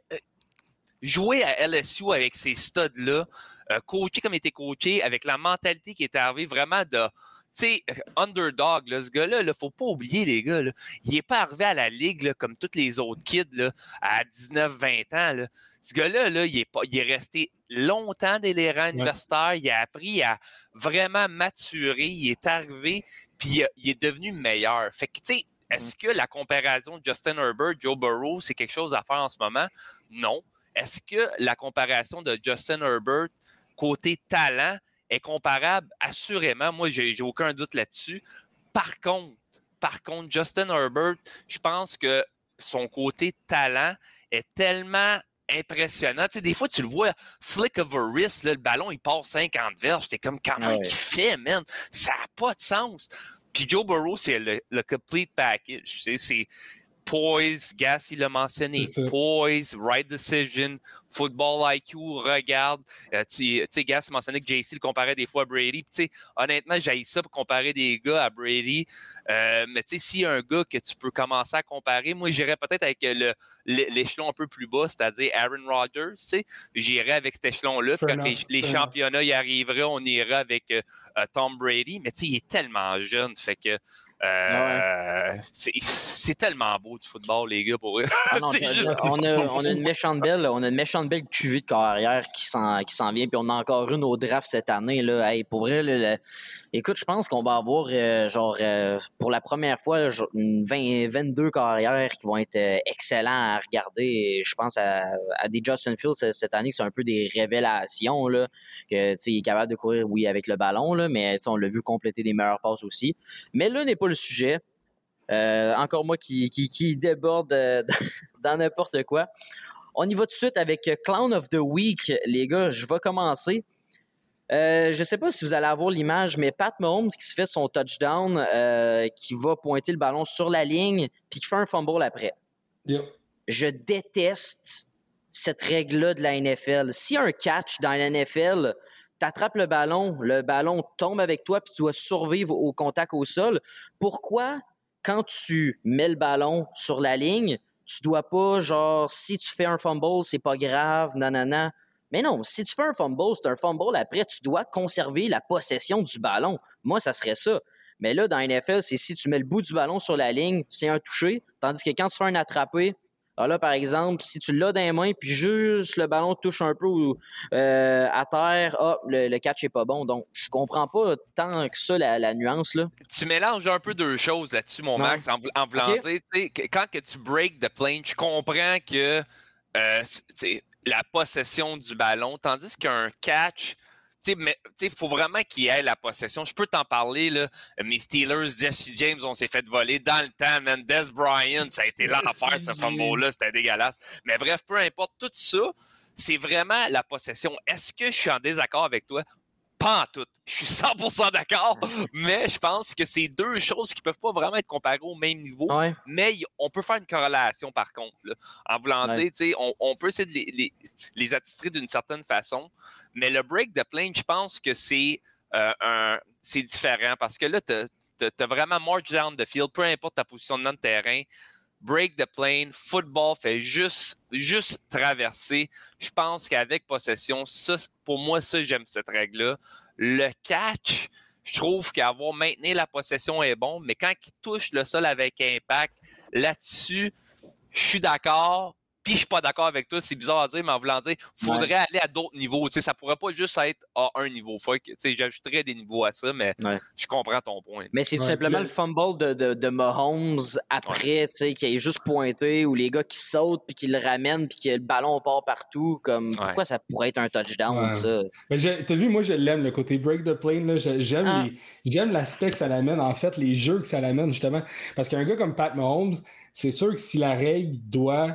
Jouer à LSU avec ces studs-là, coacher comme il était coaché, avec la mentalité qui est arrivée vraiment de underdog, là, ce gars-là, faut pas oublier, les gars, là, il n'est pas arrivé à la ligue là, comme tous les autres kids là, à 19-20 ans. Là. Ce gars-là, là, il est resté longtemps dans les rangs universitaires, il a appris à vraiment maturer, il est arrivé, puis il est devenu meilleur. Fait que, tu sais, est-ce que la comparaison de Justin Herbert, Joe Burrow, c'est quelque chose à faire en ce moment? Non. Est-ce que la comparaison de Justin Herbert côté talent est comparable? Assurément, moi, j'ai aucun doute là-dessus. Par contre, Justin Herbert, je pense que son côté talent est tellement impressionnant. Tu sais, des fois, tu le vois, flick of a wrist, là, le ballon, il passe 50 verges. J'étais comme, comment il fait, man? Ça n'a pas de sens. Puis Joe Burrow, c'est le complete package. C'est poise, Gas, il l'a mentionné. Poise, right decision, football IQ, regarde. Tu sais, Gas mentionnait que JC le comparait des fois à Brady. Tu sais, honnêtement, j'haïs ça pour comparer des gars à Brady. Mais tu sais, s'il y a un gars que tu peux commencer à comparer, moi, j'irais peut-être avec l'échelon un peu plus bas, c'est-à-dire Aaron Rodgers. Tu sais, j'irais avec cet échelon-là. Quand les championnats y arriveraient, on irait avec Tom Brady. Mais tu sais, il est tellement jeune, fait que c'est tellement beau du football, les gars, pour eux. Ah non, on a une méchante belle cuvée de carrière qui s'en vient, puis on a encore une au draft cette année. Là. Hey, pour vrai, écoute, je pense qu'on va avoir pour la première fois 22 carrières qui vont être excellents à regarder. Et je pense à des Justin Fields cette année, c'est un peu des révélations là, que il est capable de courir, oui, avec le ballon, là, mais on l'a vu compléter des meilleures passes aussi. Mais là n'est pas le sujet. Encore moi qui déborde dans n'importe quoi. On y va tout de suite avec Clown of the Week. Les gars, je vais commencer. Je sais pas si vous allez avoir l'image, mais Pat Mahomes qui se fait son touchdown, qui va pointer le ballon sur la ligne, puis qui fait un fumble après. Yep. Je déteste cette règle-là de la NFL. Si un catch dans la NFL, t'attrapes le ballon tombe avec toi, puis tu dois survivre au contact au sol. Pourquoi, quand tu mets le ballon sur la ligne, tu dois pas, si tu fais un fumble, c'est pas grave, nanana. Mais non, si tu fais un fumble, c'est un fumble. Après, tu dois conserver la possession du ballon. Moi, ça serait ça. Mais là, dans la NFL, c'est si tu mets le bout du ballon sur la ligne, c'est un touché. Tandis que quand tu fais un attrapé, là, par exemple, si tu l'as dans les mains, puis juste le ballon touche un peu à terre, le catch est pas bon. Donc, je comprends pas tant que ça la nuance, là. Tu mélanges un peu deux choses là-dessus, mon Max, en voulant dire, quand que tu break the plane, je comprends que la possession du ballon, tandis qu'un catch, il faut vraiment qu'il ait la possession. Je peux t'en parler, là. Mes Steelers, Jesse James, on s'est fait voler dans le temps, man. Des Bryant, ça a été l'enfer, ce fumble-là, c'était dégueulasse. Mais bref, peu importe, tout ça, c'est vraiment la possession. Est-ce que je suis en désaccord avec toi? Pas en tout. Je suis 100% d'accord, mais je pense que c'est deux choses qui peuvent pas vraiment être comparées au même niveau, mais on peut faire une corrélation par contre, là, en voulant dire, on peut essayer de les attistrer d'une certaine façon, mais le break the plane, je pense que c'est différent parce que là, t'as vraiment march down the field, peu importe ta positionnement de terrain, break the plane, football fait juste traverser. Je pense qu'avec possession, ça, pour moi, ça, j'aime cette règle-là. Le catch, je trouve qu'avoir maintenu la possession est bon, mais quand il touche le sol avec impact, là-dessus, je suis d'accord, Puis je suis pas d'accord avec toi, c'est bizarre à dire, mais en voulant dire, faudrait aller à d'autres niveaux. Tu sais, ça pourrait pas juste être à un niveau. Faut que, tu sais, j'ajouterais des niveaux à ça, mais je comprends ton point. Mais c'est tout simplement le fumble de Mahomes après, tu sais, qui est juste pointé, ou les gars qui sautent puis qui le ramènent puis que le ballon part partout. Comme pourquoi ça pourrait être un touchdown, ça? T'as vu, moi je l'aime, le côté break the plane. Là, j'aime l'aspect que ça l'amène, en fait, les jeux que ça l'amène, justement. Parce qu'un gars comme Pat Mahomes, c'est sûr que si la règle doit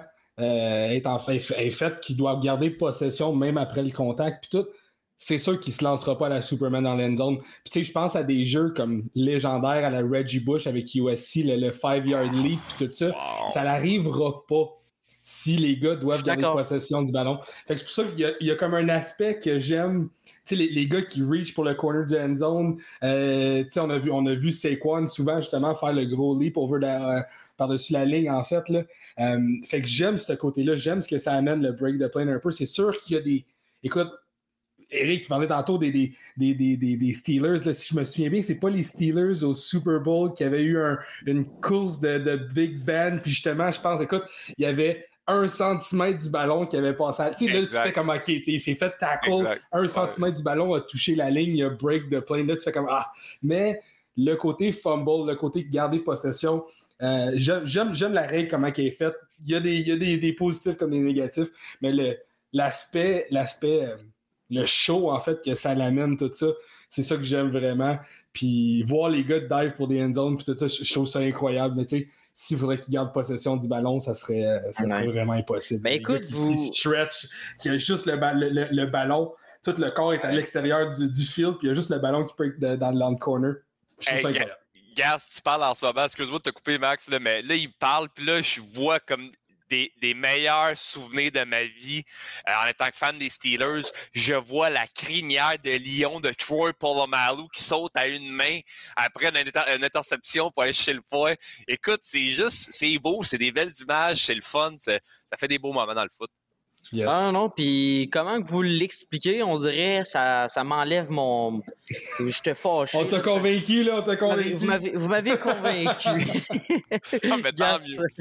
est faite, qu'il doit garder possession même après le contact puis tout, c'est sûr qu'il se lancera pas à la Superman dans l'end zone. Puis tu sais, je pense à des jeux comme légendaires à la Reggie Bush avec USC, le 5-yard leap puis tout ça. Ça n'arrivera pas si les gars doivent garder possession du ballon. Fait que c'est pour ça qu'il y a comme un aspect que j'aime. Tu sais, les gars qui reach pour le corner du end zone. Tu sais, on a vu Saquon souvent justement faire le gros leap par-dessus la ligne, en fait. Là. Fait que j'aime ce côté-là. J'aime ce que ça amène, le break the plane un peu. C'est sûr qu'il y a des... Écoute, Eric, tu parlais tantôt des Steelers. Là, si je me souviens bien, c'est pas les Steelers au Super Bowl qui avaient eu une course de Big Ben. Puis justement, je pense, écoute, il y avait 1 centimètre du ballon qui avait passé à... Tu sais, là, tu fais comme, OK, il s'est fait tackle, 1 centimètre du ballon a touché la ligne, il y a break the plane. Là, tu fais comme, mais le côté fumble, le côté garder possession, j'aime la règle, comment elle est faite. Il y a des positifs comme des négatifs, mais l'aspect, le show, en fait, que ça l'amène, tout ça, c'est ça que j'aime vraiment. Puis voir les gars dive pour des end zones, puis tout ça, je trouve ça incroyable. Mais tu sais, s'il faudrait qu'ils gardent possession du ballon, ça serait vraiment impossible. Ben écoute, qui stretch, qui a juste le ballon, tout le corps est à l'extérieur du field, puis il y a juste le ballon qui peut être dans le long corner. Je trouve ça incroyable. Gas, tu parles en ce moment, excuse-moi de te couper, Max, là, mais là, il parle, puis là, je vois comme des meilleurs souvenirs de ma vie en étant fan des Steelers. Je vois la crinière de lion de Troy Polamalu qui saute à une main après une interception pour aller chercher le point. Écoute, c'est beau, c'est des belles images, c'est le fun, ça fait des beaux moments dans le foot. Yes. Ah non, puis comment que vous l'expliquez, on dirait, ça m'enlève mon... Je te fâche. On t'a convaincu, là, on t'a convaincu. Vous m'avez convaincu. Mais tant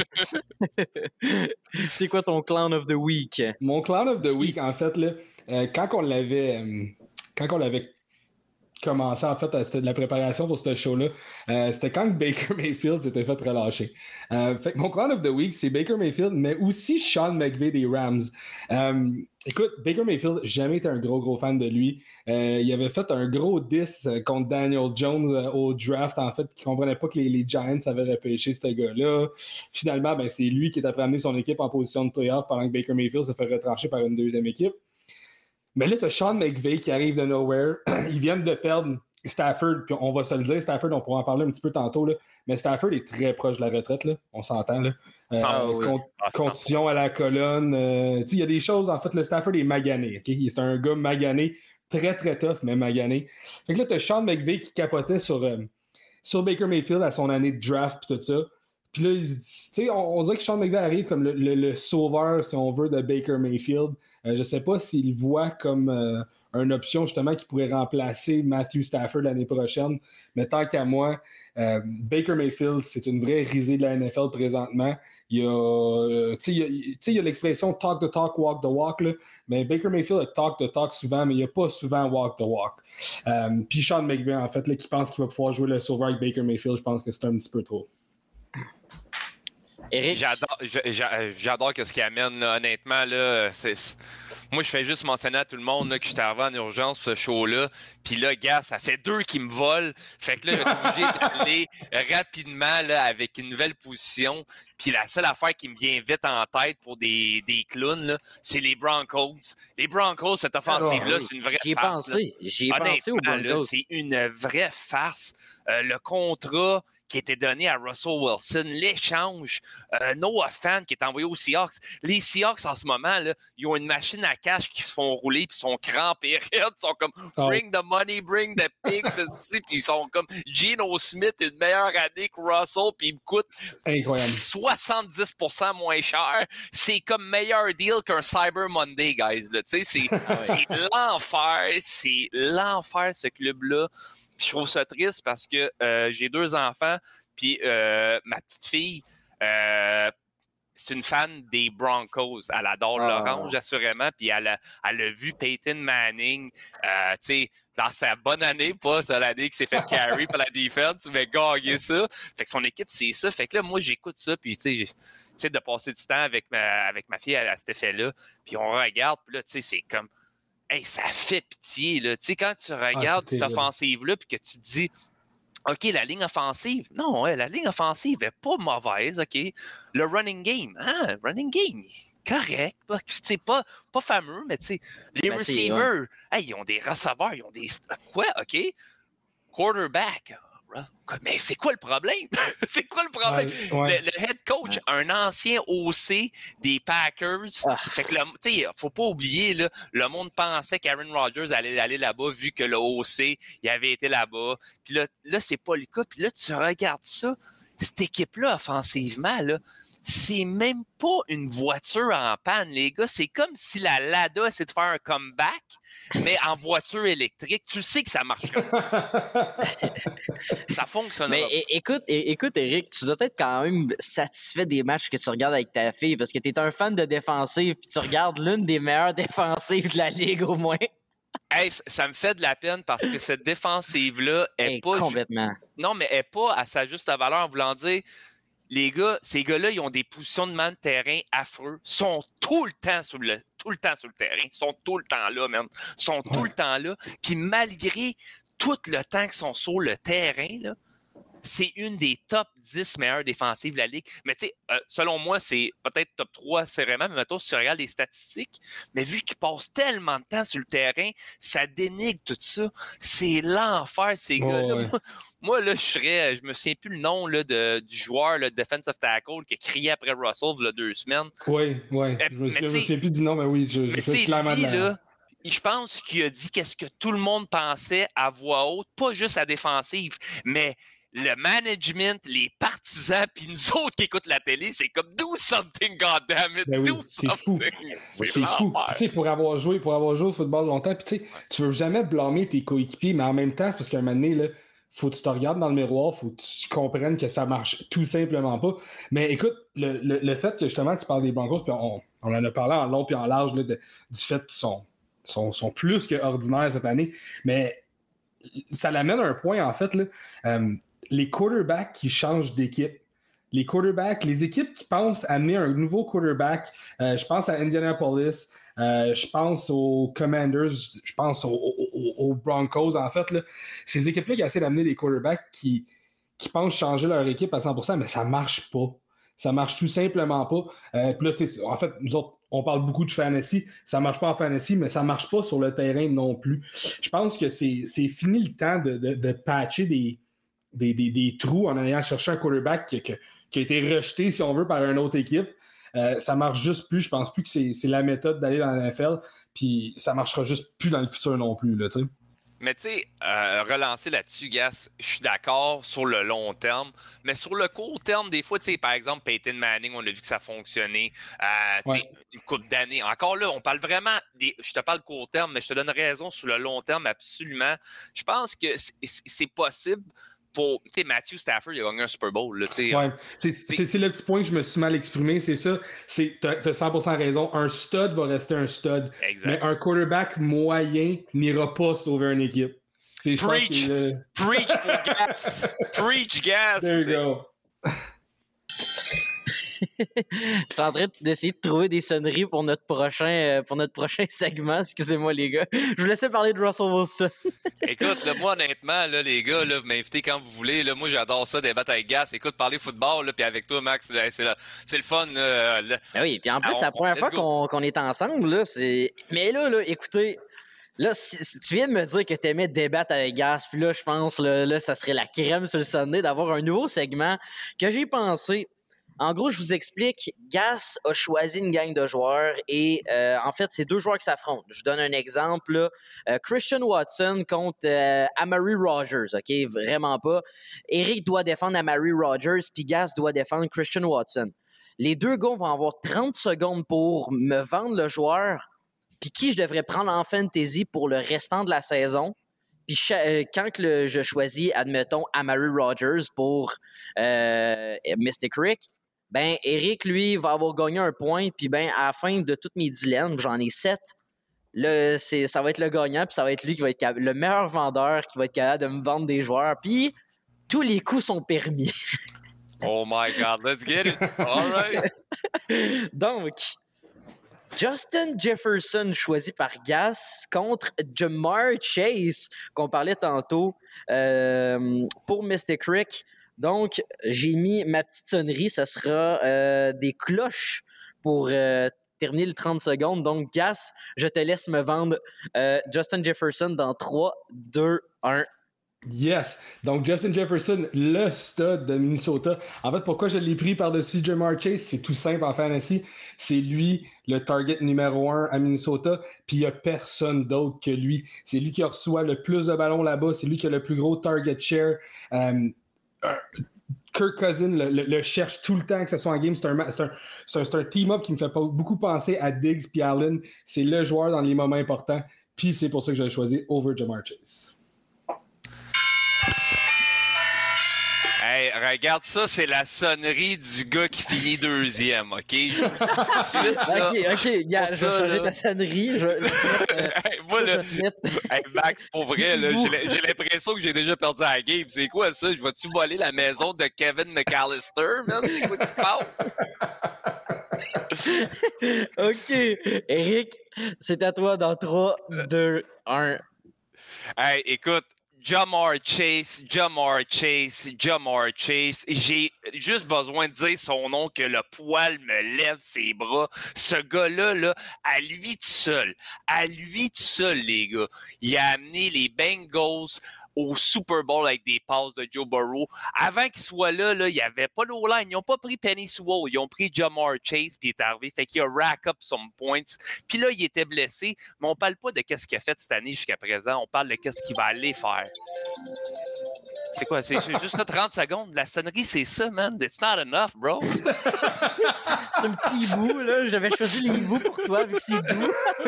mieux. C'est quoi ton clown of the week? Mon clown of the week, en fait, là, quand on l'avait commencé, en fait, c'était de la préparation pour ce show-là, c'était quand Baker Mayfield s'était fait relâcher. Fait que mon clown of the week, c'est Baker Mayfield, mais aussi Sean McVay des Rams. Écoute, Baker Mayfield, jamais été un gros fan de lui. Il avait fait un gros diss contre Daniel Jones au draft, en fait, qui comprenait pas que les Giants avaient repêché ce gars-là. Finalement, ben, c'est lui qui est après amener son équipe en position de playoff pendant que Baker Mayfield se fait retrancher par une deuxième équipe. Mais là, tu as Sean McVay qui arrive de nowhere. Ils viennent de perdre Stafford, puis on va se le dire, Stafford, on pourra en parler un petit peu tantôt, là, mais Stafford est très proche de la retraite, là. On s'entend. Là. Contusion à la colonne. Il y a des choses, en fait, le Stafford est magané. Okay? C'est un gars magané, très très tough, mais magané. Fait que là, tu as Sean McVay qui capotait sur Baker Mayfield à son année de draft, puis tout ça. Puis là, on dirait que Sean McVay arrive comme le sauveur, si on veut, de Baker Mayfield. Je sais pas s'il voit comme une option, justement, qui pourrait remplacer Matthew Stafford l'année prochaine. Mais tant qu'à moi, Baker Mayfield, c'est une vraie risée de la NFL présentement. Il y a l'expression « talk the talk, walk the walk », là. Mais Baker Mayfield a talk the talk souvent, mais il n'y a pas souvent walk the walk. Puis Sean McVay, en fait, là, qui pense qu'il va pouvoir jouer le sauveur avec Baker Mayfield, je pense que c'est un petit peu trop. Eric? J'adore ce qu'il amène, là, honnêtement. Là, moi, je fais juste mentionner à tout le monde là, que je suis arrivé en urgence pour ce show-là. Puis là, gars, ça fait 2 qui me volent. Fait que là, je suis obligé d'aller rapidement là, avec une nouvelle position. Puis la seule affaire qui me vient vite en tête pour des clowns, là, c'est les Broncos. Les Broncos, cette offensive-là, c'est une vraie farce. J'y ai pensé aux Broncos. Là, c'est une vraie farce. Le contrat qui était donné à Russell Wilson, l'échange, Noah Fant qui est envoyé aux Seahawks. Les Seahawks, en ce moment, là, ils ont une machine à cash qui se font rouler puis sont crampés. Ils sont comme « Bring the money, bring the pigs », puis ils sont comme « Geno Smith, une meilleure année que Russell, puis il me coûte 70% moins cher. » C'est comme meilleur deal qu'un Cyber Monday, guys. Là. C'est l'enfer. C'est l'enfer, ce club-là. Je trouve ça triste parce que j'ai 2 enfants, puis ma petite fille, c'est une fan des Broncos. Elle adore l'orange, assurément. Puis elle a vu Peyton Manning, tu sais, dans sa bonne année, pas ça l'année qui s'est fait carry par la defense, mais gagner ça. Fait que son équipe, c'est ça. Fait que là, moi, j'écoute ça, puis tu sais, j'essaie de passer du temps avec ma fille à cet effet-là. Puis on regarde, puis là, tu sais, c'est comme... Hey, ça fait pitié, là. Tu sais, quand tu regardes cette offensive-là, puis que tu te dis... OK, la ligne offensive. Non, la ligne offensive n'est pas mauvaise, OK. Le running game. Running game, correct. Pas fameux, mais tu sais, les receivers, hey, ils ont des receveurs, ils ont des... Quoi, OK? Quarterback. Mais c'est quoi le problème? C'est quoi le problème? Ouais. Le head coach, un ancien OC des Packers. Fait que, tu sais, faut pas oublier, là, le monde pensait qu'Aaron Rodgers allait aller là-bas vu que le OC, il avait été là-bas. Puis là, c'est pas le cas. Puis là, tu regardes ça, cette équipe-là, offensivement, là, c'est même pas une voiture en panne, les gars. C'est comme si la Lada essaie de faire un comeback, mais en voiture électrique. Tu sais que ça marchera. Ça fonctionne. Mais écoute, Éric, tu dois être quand même satisfait des matchs que tu regardes avec ta fille parce que tu es un fan de défensive puis tu regardes l'une des meilleures défensives de la Ligue au moins. Hey, ça me fait de la peine parce que cette défensive-là est pas... Complètement. Non, mais elle n'est pas à sa juste valeur en voulant dire... Les gars, ces gars-là, ils ont des positions de man de terrain affreux. Ils sont tout le temps sur le terrain. Ils sont tout le temps là, man. Ils sont tout le temps là. Puis malgré tout le temps qu'ils sont sur le terrain, là, c'est une des top 10 meilleures défensives de la Ligue. Mais tu sais, selon moi, c'est peut-être top 3 sérieusement, mais mettons, si tu regardes les statistiques, mais vu qu'ils passent tellement de temps sur le terrain, ça dénigre tout ça. C'est l'enfer, ces gars-là. Ouais. Moi, là, je me souviens plus le nom là, du joueur, le defensive tackle, qui a crié après Russell il y a 2 semaines. Oui. Je me souviens plus du nom, mais oui, je fais clairement lui, là, je pense qu'il a dit qu'est-ce que tout le monde pensait à voix haute, pas juste à défensive, mais le management, les partisans, puis nous autres qui écoutent la télé, c'est comme « do something, goddammit, do something ». C'est fou. Tu sais, pour avoir joué au football longtemps, puis tu veux jamais blâmer tes coéquipiers, mais en même temps, c'est parce qu'à un moment donné, là, faut que tu te regardes dans le miroir, faut que tu comprennes que ça marche tout simplement pas. Mais écoute, le fait que justement tu parles des Broncos, puis on en a parlé en long puis en large là, du fait qu'ils sont plus que ordinaires cette année, mais ça l'amène à un point en fait, là, les quarterbacks qui changent d'équipe. Les quarterbacks, les équipes qui pensent amener un nouveau quarterback, je pense à Indianapolis, je pense aux Commanders, je pense aux Broncos, en fait. Là. Ces équipes-là qui essaient d'amener des quarterbacks qui pensent changer leur équipe à 100%, mais ça marche pas. Ça marche tout simplement pas. Puis là, en fait, nous autres, on parle beaucoup de fantasy. Ça marche pas en fantasy, mais ça marche pas sur le terrain non plus. Je pense que c'est fini le temps de patcher des trous en allant chercher un quarterback qui a été rejeté, si on veut, par une autre équipe. Ça marche juste plus. Je pense plus que c'est la méthode d'aller dans la NFL. Puis ça marchera juste plus dans le futur non plus, là, tu sais. Mais tu sais, relancer là-dessus, Gas, je suis d'accord sur le long terme, mais sur le court terme, des fois, tu sais, par exemple, Peyton Manning, on a vu que ça fonctionnait, une couple d'années. Encore là, on parle vraiment, je te parle court terme, mais je te donne raison sur le long terme, absolument. Je pense que c'est possible. Pour, tu sais, Matthew Stafford, il a gagné un Super Bowl. Là, c'est le petit point que je me suis mal exprimé, c'est ça. Tu as 100% raison. Un stud va rester un stud. Exact. Mais un quarterback moyen n'ira pas sauver une équipe. Preach pour Gas. Preach Gas. There you go. Je suis en train d'essayer de trouver des sonneries pour notre prochain segment. Excusez-moi, les gars. Je vous laissais parler de Russell Wilson. Écoute, là, moi, honnêtement, là, les gars, là, vous m'invitez quand vous voulez. Là, moi, j'adore ça, débattre avec Gas. Écoute, parler football, puis avec toi, Max, là, c'est le fun. Là. Ben oui, puis en plus, c'est la première fois qu'on est ensemble. Là, mais là, écoutez... Là, si tu viens de me dire que tu aimais débattre avec Gas, puis là, je pense là, ça serait la crème sur le Sunday d'avoir un nouveau segment que j'ai pensé. En gros, je vous explique, Gas a choisi une gang de joueurs et en fait, c'est 2 joueurs qui s'affrontent. Je donne un exemple, là. Christian Watson contre Amari Rodgers, OK? Vraiment pas. Eric doit défendre Amari Rodgers, puis Gas doit défendre Christian Watson. Les 2 gars vont avoir 30 secondes pour me vendre le joueur, puis qui je devrais prendre en fantasy pour le restant de la saison. Puis quand je choisis, admettons, Amari Rodgers pour Mystic Rick, Ben, Eric, lui, va avoir gagné un point, puis ben, à la fin de tous mes dilemmes, j'en ai 7. Ça va être le gagnant, puis ça va être lui qui va être le meilleur vendeur, qui va être capable de me vendre des joueurs, puis tous les coups sont permis. Oh my God, let's get it. All right. Donc, Justin Jefferson choisi par Gas contre Ja'Marr Chase, qu'on parlait tantôt pour Mystic Rick. Donc, j'ai mis ma petite sonnerie, ça sera des cloches pour terminer le 30 secondes. Donc, Gas, je te laisse me vendre Justin Jefferson dans 3, 2, 1. Yes. Donc, Justin Jefferson, le stud de Minnesota. En fait, pourquoi je l'ai pris par-dessus Ja'Marr Chase? C'est tout simple en fantasy. C'est lui, le target numéro 1 à Minnesota, puis il n'y a personne d'autre que lui. C'est lui qui reçoit le plus de ballons là-bas. C'est lui qui a le plus gros target share. Kirk Cousins le cherche tout le temps que ce soit en game. C'est un team-up qui me fait beaucoup penser à Diggs et Allen. C'est le joueur dans les moments importants. Puis c'est pour ça que j'ai choisi over Ja'Marr Chase. Hey, regarde ça, c'est la sonnerie du gars qui finit deuxième, OK? Je vous dis tout de suite, OK, yeah, je vais changer ta sonnerie. moi, là, hey, Max, pour vrai, là, j'ai l'impression que j'ai déjà perdu la game. C'est quoi ça? Je vais-tu voler la maison de Kevin McAllister, man? C'est quoi qui se passe? OK. Eric, c'est à toi dans 3, 2, 1. Hey, écoute, Ja'Marr Chase. J'ai juste besoin de dire son nom que le poil me lève ses bras. Ce gars-là, là, à lui tout seul, les gars, il a amené les Bengals au Super Bowl avec des passes de Joe Burrow. Avant qu'il soit là, il n'y avait pas l'O-line. Ils n'ont pas pris Penny Sewell. Ils ont pris Ja'Marr Chase, puis il est arrivé. Fait qu'il a rack up some points. Puis là, il était blessé. Mais on ne parle pas de qu'est-ce qu'il a fait cette année jusqu'à présent. On parle de qu'est-ce qu'il va aller faire. C'est quoi? C'est juste 30 secondes. La sonnerie, c'est ça, man. It's not enough, bro. C'est un petit hibou, là. J'avais choisi les hiboux pour toi, vu que c'est doux.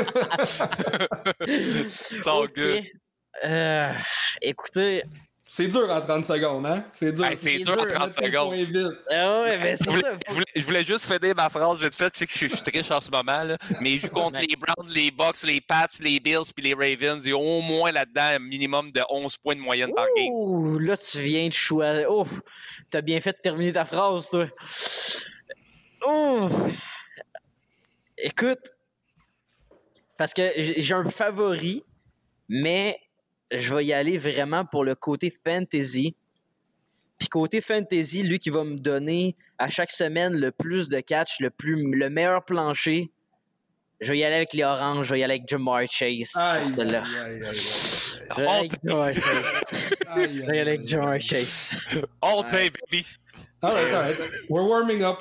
It's all good. Écoutez... C'est dur en 30 secondes, hein? C'est dur. Hey, c'est dur en 30 secondes. Ah ouais, mais c'est ça. Je voulais juste finir ma phrase vite fait. Tu sais que je suis triche en ce moment, là. Mais il joue contre les Browns, les Bucks, les Pats, les Bills puis les Ravens. Il y a au moins là-dedans un minimum de 11 points de moyenne par game. Ouh, là, tu viens de choisir. Ouf, t'as bien fait de terminer ta phrase, toi. Ouf. Écoute, parce que j'ai un favori, mais je vais y aller vraiment pour le côté fantasy. Puis côté fantasy, lui qui va me donner à chaque semaine le plus de catch, le meilleur plancher, je vais y aller avec les oranges, je vais y aller avec Ja'Marr Chase. Aïe, Je vais y aller avec Ja'Marr Chase. All day, baby. All right. We're warming up.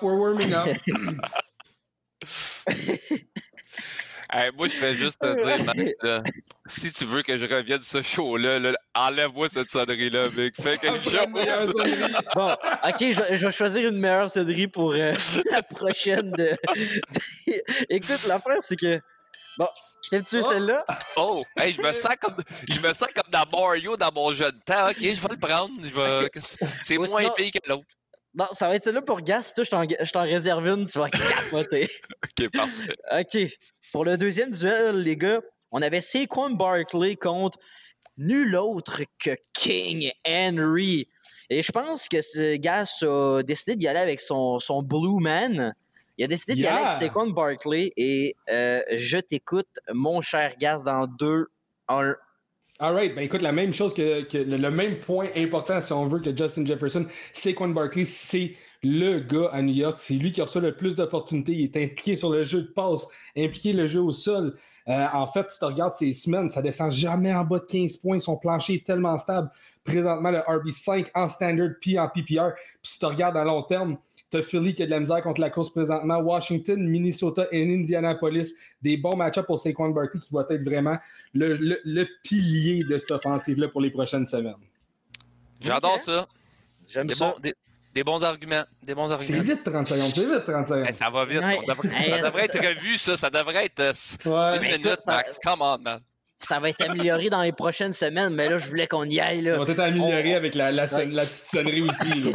Hey, moi, je fais juste te dire, Max, là, si tu veux que je revienne de ce show-là, là, enlève-moi cette sonnerie-là, mec. Fais quelque chose. Bon, OK, je vais choisir une meilleure sonnerie pour la prochaine. Écoute, l'affaire, c'est que... Bon, t'aimes-tu celle-là? Oh, hey, je me sens comme dans Mario dans mon jeune temps. OK, je vais le prendre. C'est moins épais que l'autre. Non, ça va être celle-là pour Gas. Toi, je t'en réserve une, tu vas capoter. OK, parfait. OK. Pour le deuxième duel, les gars, on avait Saquon Barkley contre nul autre que King Henry. Et je pense que ce Gas a décidé d'y aller avec son Blue Man. Il a décidé d'y aller avec Saquon Barkley. Et je t'écoute, mon cher Gas, dans 2, 1. Alright, ben écoute, la même chose que le même point important, si on veut, que Justin Jefferson, Saquon Barkley, c'est le gars à New York. C'est lui qui reçoit le plus d'opportunités. Il est impliqué sur le jeu de passe, impliqué le jeu au sol. En fait, si tu regardes ses semaines, ça descend jamais en bas de 15 points. Son plancher est tellement stable. Présentement, le RB5 en standard puis en PPR. Puis si tu regardes à long terme, tu as Philly qui a de la misère contre la course présentement. Washington, Minnesota et Indianapolis. Des bons match-ups pour Saquon Barkley qui va être vraiment le pilier de cette offensive-là pour les prochaines semaines. J'adore ça. J'aime ça. Des bons arguments. C'est vite 30 secondes. Hey, ça va vite. Ouais. Ça devrait être revu, ça. Ça devrait être une minute, écoute, Max. Come on, man. Ça va être amélioré dans les prochaines semaines, mais là, je voulais qu'on y aille. Là. On va peut-être améliorer avec la petite sonnerie aussi.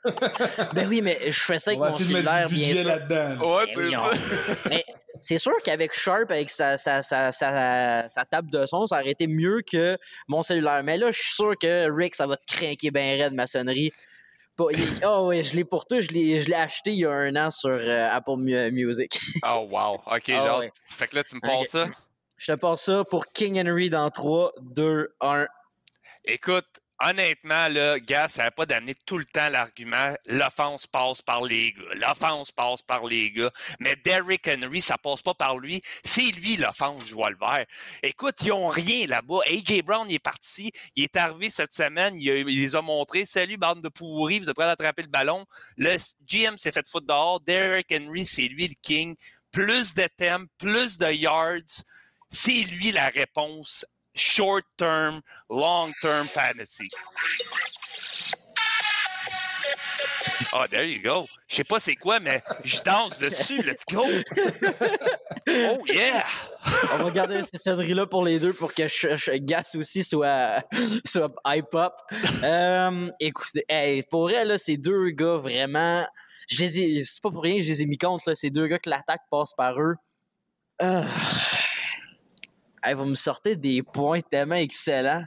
Ben oui, mais je fais ça avec On va mon essayer de cellulaire, mettre du bien budget sûr. là-dedans. Ouais, Ben c'est oui, ça. Mais c'est sûr qu'avec Sharp, avec sa table de son, ça aurait été mieux que mon cellulaire. Mais là, je suis sûr que Rick, ça va te craquer bien raide, ma sonnerie. Oh oui, je l'ai pour toi, je l'ai acheté il y a 1 an sur Apple Music. Oh, wow. OK, Ah genre. ouais. Fait que là, tu me passes ça? Je te passe ça pour King Henry dans 3, 2, 1. Écoute, honnêtement, là, gars, ça n'a pas d'amener tout le temps l'argument l'offense passe par les gars. L'offense passe par les gars. Mais Derrick Henry, ça passe pas par lui. C'est lui l'offense, je vois le vert. Écoute, ils ont rien là-bas. A.J. Brown, il est parti. Il est arrivé cette semaine. Il les a montrés. Salut, bande de pourris. Vous êtes prêts à attraper le ballon. Le GM s'est fait foutre dehors. Derrick Henry, c'est lui le king. Plus de thèmes, plus de yards. C'est lui la réponse. Short-term, long-term fantasy. Oh, there you go. Je sais pas c'est quoi, mais je danse dessus. Let's go. Oh, yeah. On va garder ces sonneries-là pour les deux pour que Gas aussi soit hype-up. Écoutez, hey, pour elle, là, ces deux gars, vraiment... C'est pas pour rien que je les ai mis contre, là, ces deux gars que l'attaque passe par eux. Hey, vous me sortez des points tellement excellents.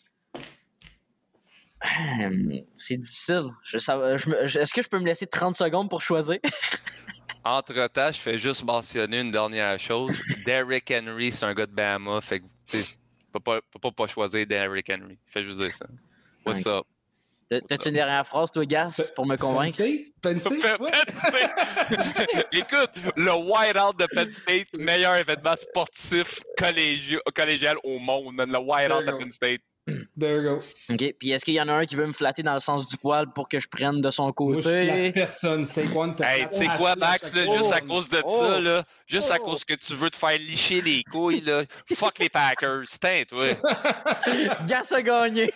C'est difficile. Est-ce que je peux me laisser 30 secondes pour choisir? Entre-temps, je fais juste mentionner une dernière chose. Derrick Henry, c'est un gars de Bama. Fait que, tu sais, je peux pas choisir Derrick Henry. Fais juste dire ça. What's up? T'as-tu une dernière phrase, toi, Gas, pour me convaincre? Penn State? Ouais. Penn State. Écoute, le Whiteout de Penn State, meilleur événement sportif collégial au monde, man, le Whiteout de Penn State. There you go. OK. Puis est-ce qu'il y en a un qui veut me flatter dans le sens du poil pour que je prenne de son Moi, je côté? flatte personne. C'est quoi de te Hey, tu sais quoi, Max, là, juste à cause de ça, là, juste à Oh. cause que tu veux te faire licher les couilles, là, fuck les Packers, tain, toi. Gas a gagné!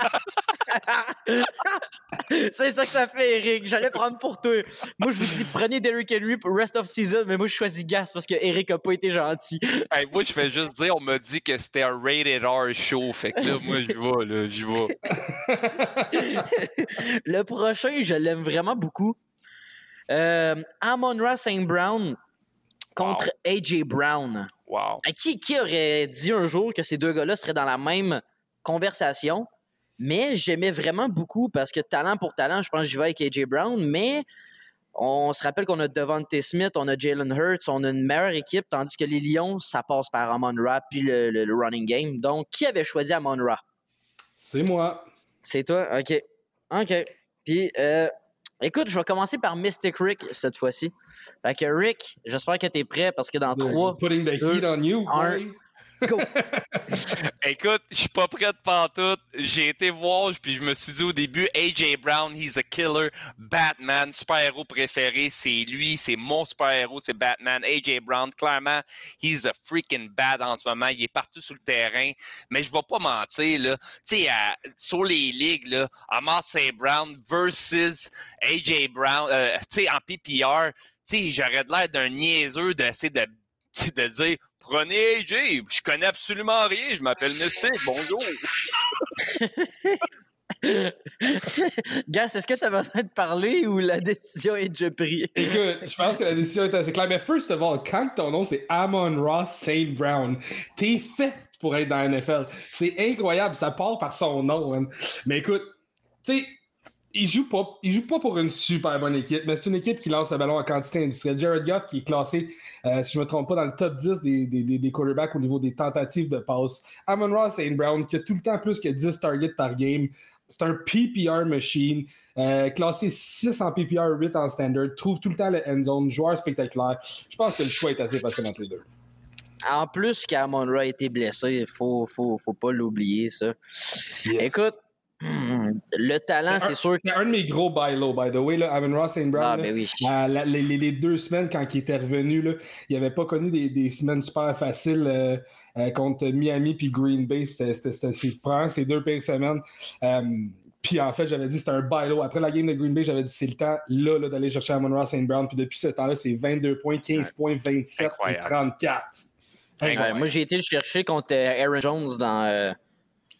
C'est ça que ça fait, Eric. J'allais prendre pour toi. Moi, je vous dis, prenez Derrick Henry pour rest of season, mais moi, je choisis Gas parce que Eric a pas été gentil. Hey, moi, je fais juste dire, on m'a dit que c'était un rated R show, fait que là, moi, j'y vais. Le prochain, je l'aime vraiment beaucoup. Amon-Ra St. Brown contre A.J. Brown. Wow. Qui aurait dit un jour que ces deux gars-là seraient dans la même conversation? Mais j'aimais vraiment beaucoup parce que talent pour talent, je pense que j'y vais avec A.J. Brown, mais on se rappelle qu'on a Devontae Smith, on a Jalen Hurts, on a une meilleure équipe, tandis que les Lions, ça passe par Amon-Ra puis le running game. Donc, qui avait choisi Amon-Ra? C'est moi. C'est toi? OK. Puis, écoute, je vais commencer par Mystic Rick cette fois-ci. Fait que Rick, j'espère que tu es prêt parce que dans 3, Putting the heat on you, boy. go! Écoute, je suis pas prêt de pantoute. J'ai été voir, puis je me suis dit au début, A.J. Brown, he's a killer. Batman, super-héros préféré, c'est lui, c'est mon super-héros, c'est Batman. A.J. Brown, clairement, he's a freaking bad en ce moment. Il est partout sur le terrain. Mais je vais pas mentir, là. Tu sais, sur les ligues, là, Amon St. Brown versus A.J. Brown, tu sais, en PPR, tu sais, j'aurais de l'air d'un niaiseux d'essayer de dire prenez AJ, je connais absolument rien, je m'appelle Mystique, bonjour. Gas, est-ce que tu as besoin de parler ou la décision est déjà prise? Écoute, je pense que la décision est assez claire. Mais first of all, quand ton nom c'est Amon-Ra St. Brown, t'es fait pour être dans la NFL. C'est incroyable, ça part par son nom. Man. Mais écoute, tu sais, il joue pas pour une super bonne équipe, mais c'est une équipe qui lance le ballon en quantité industrielle. Jared Goff qui est classé, si je ne me trompe pas, dans le top 10 des quarterbacks au niveau des tentatives de passe. Amon-Ra St. Brown qui a tout le temps plus que 10 targets par game. C'est un PPR machine, classé 6 en PPR, 8 en standard, trouve tout le temps le end zone, joueur spectaculaire. Je pense que le choix est assez facile entre les deux. En plus qu'Amon-Ra a été blessé, faut pas l'oublier, ça. Yes. Écoute, le talent, c'est sûr que... C'est un de mes gros buy low, by the way, là, Amon-Ra St. Brown. Ah, ben oui. Les 2 semaines, quand il était revenu, là, il n'avait pas connu des semaines super faciles contre Miami puis Green Bay. C'était ces 2 pires semaines. Puis en fait, j'avais dit c'était un buy low. Après la game de Green Bay, j'avais dit c'est le temps là d'aller chercher Amon-Ra St. Brown. Puis depuis ce temps-là, c'est 22 points, 15 points, 27 Incroyable. et 34. Moi, j'ai été le chercher contre Aaron Jones dans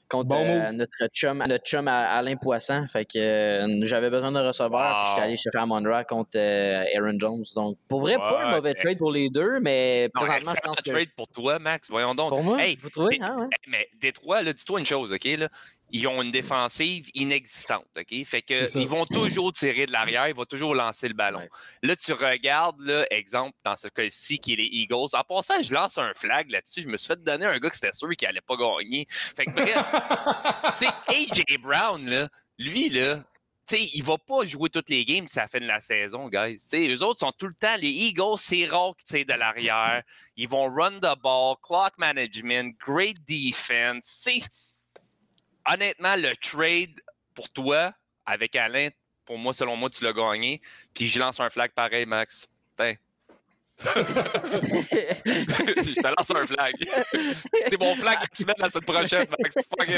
contre Bon notre chum Alain Poisson. Fait que j'avais besoin de receveur, puis j'étais allé chercher Amon-Ra contre Aaron Jones. Donc, pour vrai, pas un mauvais trade pour les deux, mais Non, présentement, je excellent pense que... trade pour toi, Max. Voyons donc. Pour moi, Hey, vous trouvez? Ah, ouais. Mais Détroit, là, dis-toi une chose, OK? Là, ils ont une défensive inexistante, OK? Fait que ils vont toujours tirer de l'arrière, ils vont toujours lancer le ballon. Ouais. Là, tu regardes, là, exemple, dans ce cas-ci, qui est les Eagles. En passant, je lance un flag là-dessus. Je me suis fait donner un gars que c'était sûr qu'il allait pas gagner. Fait que bref, tu sais, A.J. Brown, là, lui, là, tu sais, il va pas jouer toutes les games si à la fin de la saison, guys. Tu sais, eux autres sont tout le temps, les Eagles, c'est rare qu'ils tirent de l'arrière. Ils vont run the ball, clock management, great defense. Tu sais, honnêtement, le trade pour toi, avec Alain, pour moi, selon moi, tu l'as gagné. Puis je lance un flag pareil, Max. Tiens. Je te lance un flag. C'est mon flag de semaine la semaine prochaine, Max. Fuck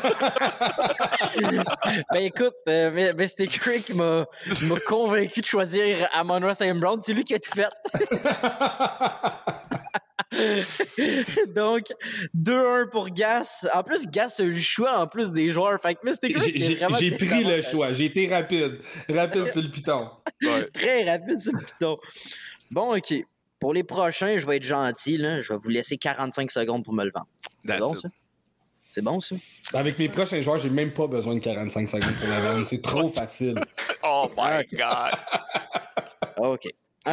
it. Ben écoute, mais c'était Craig qui m'a convaincu de choisir Amon-Ra St. Brown. C'est lui qui a tout fait. Donc, 2-1 pour Gas. En plus, Gas a eu le choix en plus des joueurs. Fait que Mystic Rick, j'ai pris le choix. J'ai été rapide. Rapide sur le piton. Ouais. Très rapide sur le piton. Bon, OK. Pour les prochains, je vais être gentil. Là. Je vais vous laisser 45 secondes pour me le vendre. C'est bon, ça? C'est bon, ça? Avec mes prochains joueurs, j'ai même pas besoin de 45 secondes pour la vendre. C'est trop facile. Oh my God. OK.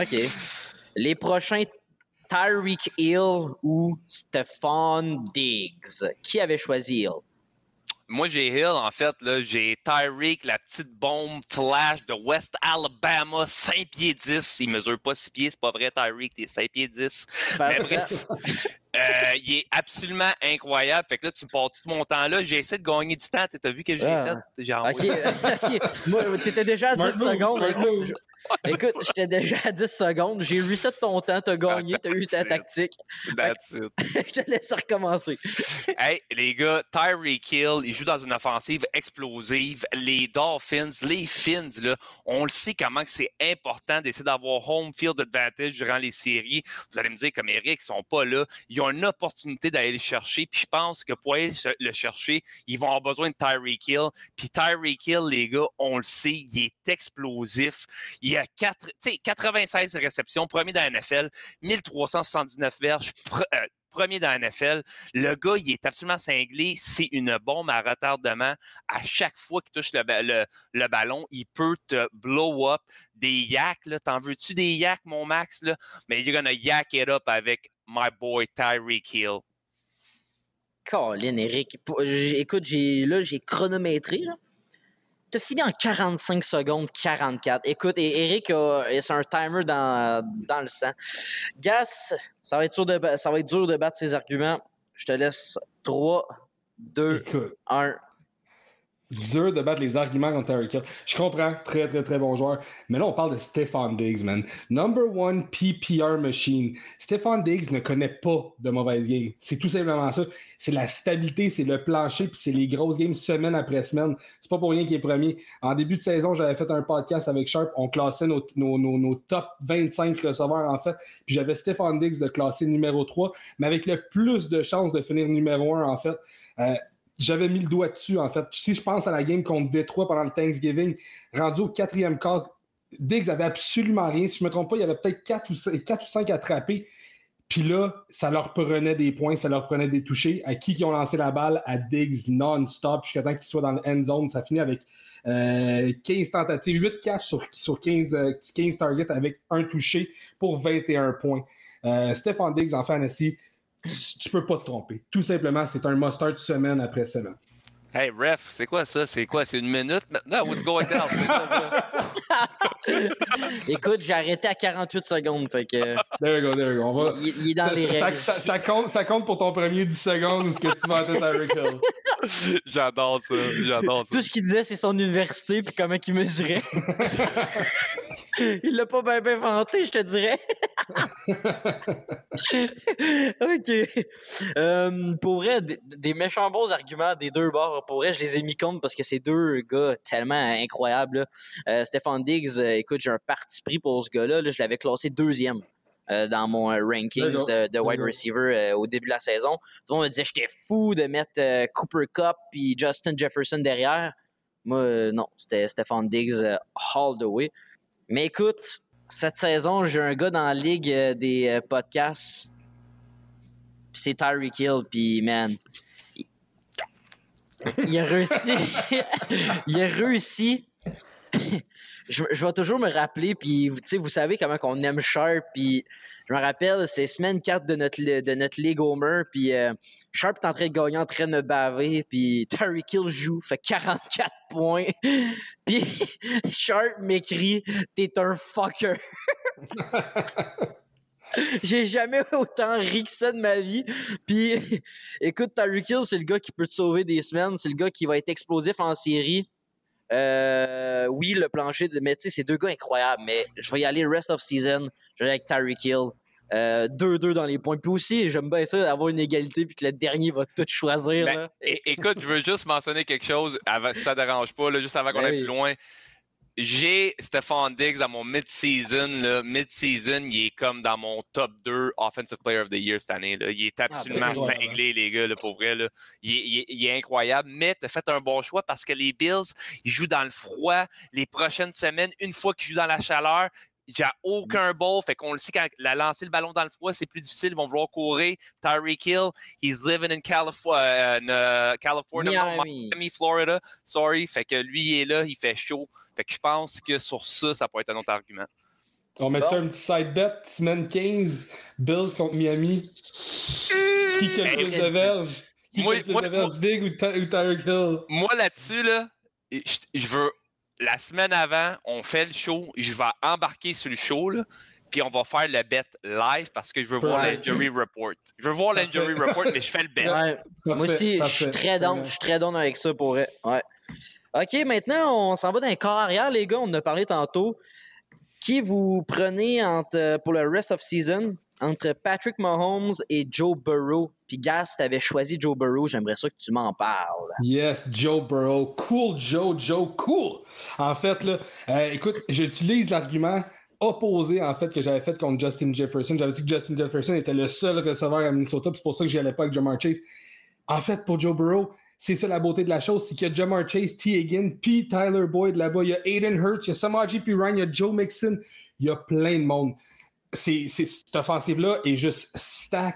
Les prochains, Tyreek Hill ou Stephon Diggs? Qui avait choisi Hill? Moi, j'ai Hill, en fait. Là, j'ai Tyreek, la petite bombe flash de West Alabama, 5 pieds 10. Il mesure pas 6 pieds, c'est pas vrai, Tyreek, t'es 5 pieds 10. Mais bref, il est absolument incroyable. Fait que là, tu me pars tout mon temps là. J'ai essayé de gagner du temps. T'as vu que j'ai fait? J'ai OK. Moi, t'étais déjà à 10 secondes. Écoute, j'étais déjà à 10 secondes. J'ai reset ton temps, t'as gagné, t'as eu ta tactique. That's it. Je te laisse recommencer. Hey, les gars, Tyreek Hill, il joue dans une offensive explosive. Les Dolphins, les Fins, là, on le sait comment c'est important d'essayer d'avoir home field advantage durant les séries. Vous allez me dire, comme Eric, ils sont pas là. Ils ont une opportunité d'aller le chercher. Puis je pense que pour aller le chercher, ils vont avoir besoin de Tyreek Hill. Puis Tyreek Hill, les gars, on le sait, il est explosif. Il a 96 réceptions, premier dans la NFL, 1379 verges, premier dans la NFL. Le gars, il est absolument cinglé. C'est une bombe à retardement. À chaque fois qu'il touche le ballon, il peut te blow up. Des yaks, là. T'en veux-tu des yaks, mon Max? Là? Mais you're gonna yak it up avec my boy Tyreek Hill. Colin, Eric. Écoute, j'ai chronométré, là. T'as fini en 45 secondes, 44. Écoute, et Eric, c'est un timer dans le sang. Gas, ça va être dur de battre ses arguments. Je te laisse 3, 2, 1. Dur de battre les arguments contre Tyreek Hill. Je comprends, très, très, très bon joueur. Mais là, on parle de Stephon Diggs, man. Number one PPR machine. Stephon Diggs ne connaît pas de mauvaise game. C'est tout simplement ça. C'est la stabilité, c'est le plancher, puis c'est les grosses games semaine après semaine. C'est pas pour rien qu'il est premier. En début de saison, j'avais fait un podcast avec Sharp. On classait nos top 25 receveurs, en fait. Puis j'avais Stephon Diggs de classer numéro 3, mais avec le plus de chances de finir numéro 1, en fait. J'avais mis le doigt dessus, en fait. Si je pense à la game contre Détroit pendant le Thanksgiving, rendu au 4e quart, Diggs avait absolument rien. Si je ne me trompe pas, il y avait peut-être 4 ou 5 attrapés. Puis là, ça leur prenait des points, ça leur prenait des touchés. À qui ont lancé la balle? À Diggs non-stop jusqu'à temps qu'il soit dans le end zone. Ça finit avec 15 tentatives, 8 catchs sur 15 targets avec un touché pour 21 points. Stephon Diggs en fantasy, tu peux pas te tromper. Tout simplement, c'est un must-start semaine après semaine. Hey, ref, c'est quoi ça? C'est quoi? C'est une minute maintenant? What's going down? Écoute, j'ai arrêté à 48 secondes. Fait que... There you go. On va... il est dans les règles. Ça compte pour ton premier 10 secondes ou ce que tu vas être Tyreek Hill. J'adore ça. Tout ce qu'il disait, c'est son université puis comment il mesurait. Il l'a pas bien vanté, je te dirais. OK. Pour vrai, des méchants bons arguments des deux bords. Pour vrai, je les ai mis contre parce que c'est deux gars tellement incroyables. Stephon Diggs, écoute, j'ai un parti pris pour ce gars-là. Là, je l'avais classé 2e. dans mon rankings de wide receiver au début de la saison. Tout le monde me disait que j'étais fou de mettre Cooper Kupp et Justin Jefferson derrière. Moi, non, c'était Stefon Diggs all the way. Mais écoute, cette saison, j'ai un gars dans la ligue des podcasts, puis c'est Tyreek Hill, puis man, il a réussi. Il a réussi. Je vais toujours me rappeler, puis vous savez comment on aime Sharp, puis je me rappelle, c'est semaine 4 de notre Ligue Homer, puis Sharp est en train de gagner, en train de me baver, puis Tyreek Hill joue, fait 44 points, puis Sharp m'écrit « T'es un fucker ». J'ai jamais autant ri que ça de ma vie. Puis, écoute, Tyreek Hill, c'est le gars qui peut te sauver des semaines. C'est le gars qui va être explosif en série. Oui, le plancher, mais tu sais, c'est deux gars incroyables. Mais je vais y aller rest of season. Je vais aller avec Tyreek Hill. 2-2 dans les points. Puis aussi, j'aime bien ça d'avoir une égalité puis que le dernier va tout choisir. Ben, écoute, je veux juste mentionner quelque chose, si ça ne dérange pas, là, juste avant qu'on aille plus loin. J'ai Stefon Diggs dans mon mid-season. Mid-season, il est comme dans mon top 2 Offensive Player of the Year cette année. Là. Il est absolument cinglé, les gars, là, pour vrai. Là. Il est incroyable. Mais tu as fait un bon choix parce que les Bills, ils jouent dans le froid les prochaines semaines. Une fois qu'ils jouent dans la chaleur, il n'y a aucun ball. Fait qu'on le sait, quand lancer le ballon dans le froid, c'est plus difficile. Ils vont vouloir courir. Tyreek Hill, he's living in California, Miami, Florida. Sorry. Fait que lui, il est là, il fait chaud. Fait que je pense que sur ça pourrait être un autre argument. On met un petit side bet, semaine 15, Bills contre Miami. Qui a le plus de verges? Qui a le plus de verges, Diggs ou Tyreek Hill? Moi, là-dessus, là, je veux... La semaine avant, on fait le show. Je vais embarquer sur le show, là, puis on va faire le bet live parce que je veux voir l'injury report. Je veux voir l'injury report, mais je fais le bet. Ouais. Moi aussi, je suis très down avec ça pour vrai. Ouais. OK, maintenant, on s'en va dans les corps arrière, les gars. On en a parlé tantôt. Qui vous prenez pour le rest of season entre Patrick Mahomes et Joe Burrow? Puis, Gas, si tu avais choisi Joe Burrow, j'aimerais ça que tu m'en parles. Yes, Joe Burrow. Cool, Joe, cool. En fait, là, écoute, j'utilise l'argument opposé, en fait, que j'avais fait contre Justin Jefferson. J'avais dit que Justin Jefferson était le seul receveur à Minnesota, puis c'est pour ça que j'y allais pas avec Ja'Marr Chase. En fait, pour Joe Burrow, c'est ça la beauté de la chose, c'est qu'il y a Ja'Marr Chase, T. Higgins, puis Tyler Boyd là-bas. Il y a Aiden Hurts, il y a Samaje Perine, il y a Joe Mixon. Il y a plein de monde. Cette offensive-là est juste stack.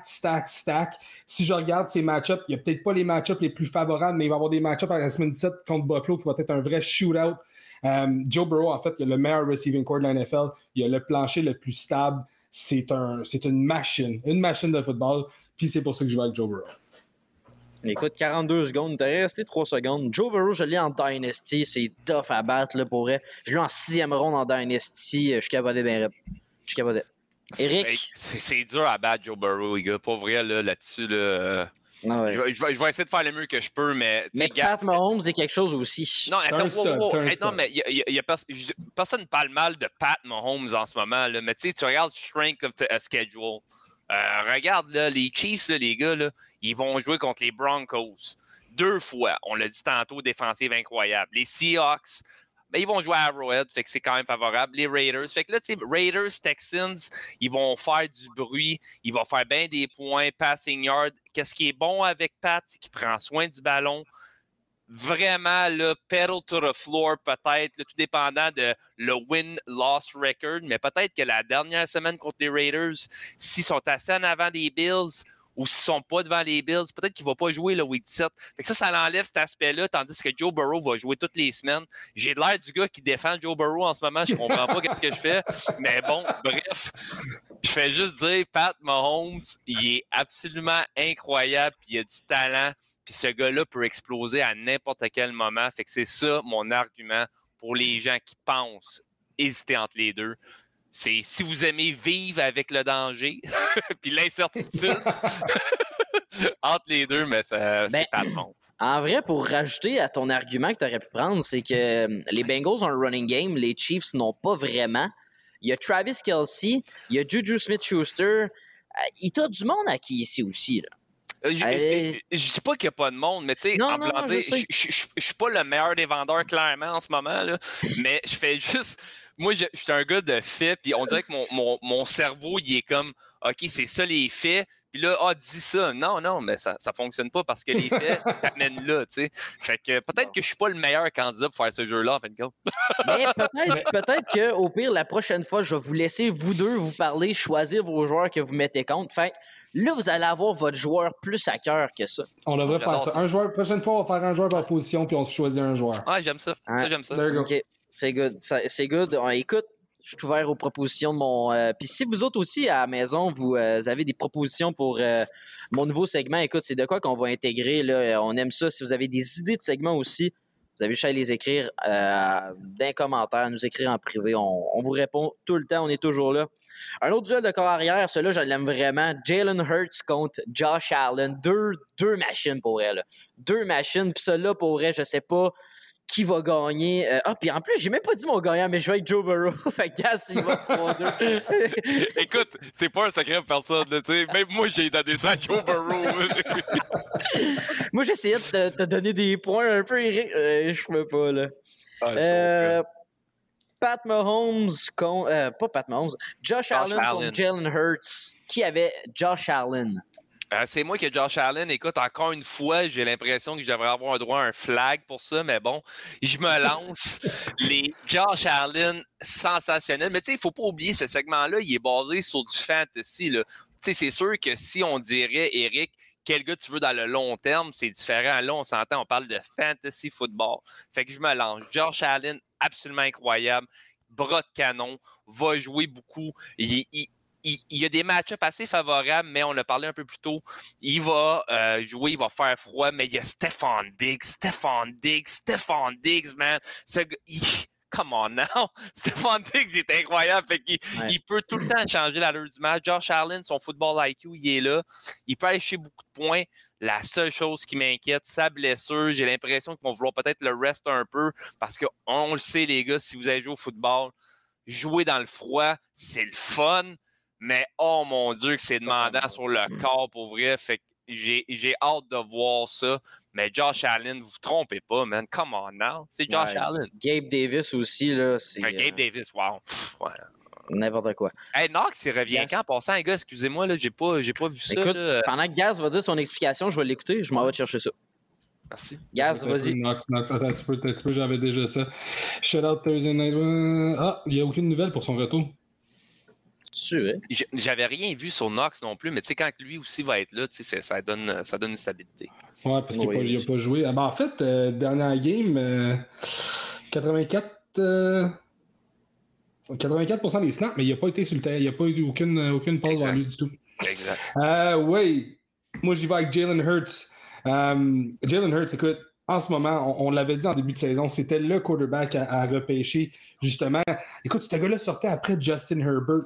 Si je regarde ces match-ups, il n'y a peut-être pas les match-ups les plus favorables, mais il va y avoir des match-ups à la semaine 17 contre Buffalo qui va être un vrai shootout. Joe Burrow, en fait, il a le meilleur receiving core de la NFL. Il a le plancher le plus stable. C'est une machine de football. Puis c'est pour ça que je vais avec Joe Burrow. Écoute, 42 secondes, t'as resté 3 secondes. Joe Burrow, je l'ai en Dynasty, c'est tough à battre là, pour vrai. Je l'ai en 6e ronde en Dynasty, je capotais bien rap. Je capotais. Eric? C'est dur à battre Joe Burrow, les gars. Pas vrai, là-dessus. Là, ouais. je vais essayer de faire le mieux que je peux, mais... Mais Pat Mahomes, c'est quelque chose aussi. Non, attends, non, mais personne ne parle mal de Pat Mahomes en ce moment, là, mais tu sais, tu regardes Strength of the Schedule. Regarde, là, les Chiefs, là, les gars, là, ils vont jouer contre les Broncos 2 fois. On l'a dit tantôt, défensive incroyable. Les Seahawks, ben, ils vont jouer à Arrowhead, fait que c'est quand même favorable. Les Raiders, fait que là, tu sais, Raiders, Texans, ils vont faire du bruit, ils vont faire bien des points, passing yard. Qu'est-ce qui est bon avec Pat, c'est qu'il prend soin du ballon. Vraiment, là, pedal to the floor, peut-être, là, tout dépendant de le win-loss record, mais peut-être que la dernière semaine contre les Raiders, s'ils sont assez en avant des Bills ou s'ils sont pas devant les Bills, peut-être qu'il va pas jouer le Week 17. Fait que ça l'enlève cet aspect-là, tandis que Joe Burrow va jouer toutes les semaines. J'ai l'air du gars qui défend Joe Burrow en ce moment, je comprends pas qu'est-ce que je fais, mais bon, bref, je fais juste dire, Pat Mahomes, il est absolument incroyable, puis il a du talent. Puis ce gars-là peut exploser à n'importe quel moment. Fait que c'est ça mon argument pour les gens qui pensent hésiter entre les deux. C'est si vous aimez vivre avec le danger puis l'incertitude entre les deux, mais c'est pas le monde. En vrai, pour rajouter à ton argument que tu aurais pu prendre, c'est que les Bengals ont un running game, les Chiefs n'ont pas vraiment. Il y a Travis Kelce, il y a Juju Smith-Schuster. Il y a du monde à qui ici aussi, là. Je dis pas qu'il n'y a pas de monde, mais tu sais, en planté, je suis pas le meilleur des vendeurs, clairement, en ce moment, là, mais je fais juste moi, je suis un gars de faits, puis on dirait que mon cerveau, il est comme, OK, c'est ça les faits, puis là, dis ça. Non, mais ça fonctionne pas parce que les faits t'amènent là, tu sais. Fait que peut-être que je suis pas le meilleur candidat pour faire ce jeu-là, en fin de compte. Mais peut-être qu'au pire, la prochaine fois, je vais vous laisser, vous deux, vous parler, choisir vos joueurs que vous mettez contre. Fait là, vous allez avoir votre joueur plus à cœur que ça. On devrait faire ça. Un joueur, prochaine fois, on va faire un joueur par position, puis on se choisit un joueur. Ah, j'aime ça. Ça, j'aime ça. OK, c'est good. C'est good. Écoute, je suis ouvert aux propositions de mon... Puis si vous autres aussi, à la maison, vous avez des propositions pour mon nouveau segment, écoute, c'est de quoi qu'on va intégrer. Là. On aime ça. Si vous avez des idées de segments aussi, vous avez juste à les écrire d'un commentaire, nous écrire en privé. On vous répond tout le temps. On est toujours là. Un autre duel de corps arrière, celui-là, je l'aime vraiment. Jalen Hurts contre Josh Allen. Deux machines pour elle. Deux machines. Puis celui-là, pour elle, je sais pas qui va gagner. Puis en plus, j'ai même pas dit mon gagnant, mais je vais avec Joe Burrow. Fait que Gas, il va 3-2. Écoute, c'est pas un secret pour personne, tu sais. Même moi, j'ai donné ça à Joe Burrow. Moi, j'essayais de te donner des points un peu, Eric. Je peux pas, là. Pat Mahomes contre... pas Pat Mahomes. Josh Allen contre Jalen Hurts. Qui avait Josh Allen? C'est moi qui ai Josh Allen. Écoute, encore une fois, j'ai l'impression que je devrais avoir un droit à un flag pour ça, mais bon, je me lance. Les Josh Allen, sensationnels. Mais tu sais, il ne faut pas oublier, ce segment-là, il est basé sur du fantasy. Tu sais, c'est sûr que si on dirait, Eric, quel gars tu veux dans le long terme, c'est différent. Là, on s'entend, on parle de fantasy football. Fait que je me lance. Josh Allen, absolument incroyable. Bras de canon, va jouer beaucoup. Il y a des match-ups assez favorables, mais on a parlé un peu plus tôt. Il va jouer, il va faire froid, mais il y a Stephon Diggs, man. Come on now! Stephon Diggs, il est incroyable. Fait qu'il il peut tout le temps changer l'allure du match. Josh Allen, son football IQ, il est là. Il peut aller chercher beaucoup de points. La seule chose qui m'inquiète, sa blessure. J'ai l'impression qu'ils vont vouloir peut-être le rest un peu parce qu'on le sait, les gars, si vous avez joué au football, jouer dans le froid, c'est le fun. Mais oh mon Dieu, que c'est demandant sur le corps pour vrai. Fait que j'ai hâte de voir ça. Mais Josh Allen, vous vous trompez pas, man. Come on now. C'est Josh Allen. Gabe Davis aussi, là. Gabe Davis, wow. Ouais. N'importe quoi. Hey, Knox, il revient quand? En passant, les gars, excusez-moi, là, j'ai pas vu ça. Écoute, là. Pendant que Gaz va dire son explication, je vais l'écouter. Je m'en vais te chercher ça. Merci. Gaz, vas-y. Knox, attends un petit peu, j'avais déjà ça. Shout out Thursday Night. Il n'y a aucune nouvelle pour son retour. J'avais rien vu sur Knox non plus, mais tu sais, quand lui aussi va être là, ça donne une stabilité. Ouais, parce qu'il n'a pas joué. En fait, dernière game, 84% des snaps, mais il n'a pas été sur le terrain. Il n'y a pas eu aucune passe vers lui du tout. Exact. Oui, moi j'y vais avec Jalen Hurts. Jalen Hurts, écoute, en ce moment, on l'avait dit en début de saison, c'était le quarterback à repêcher, justement. Écoute, ce gars-là sortait après Justin Herbert.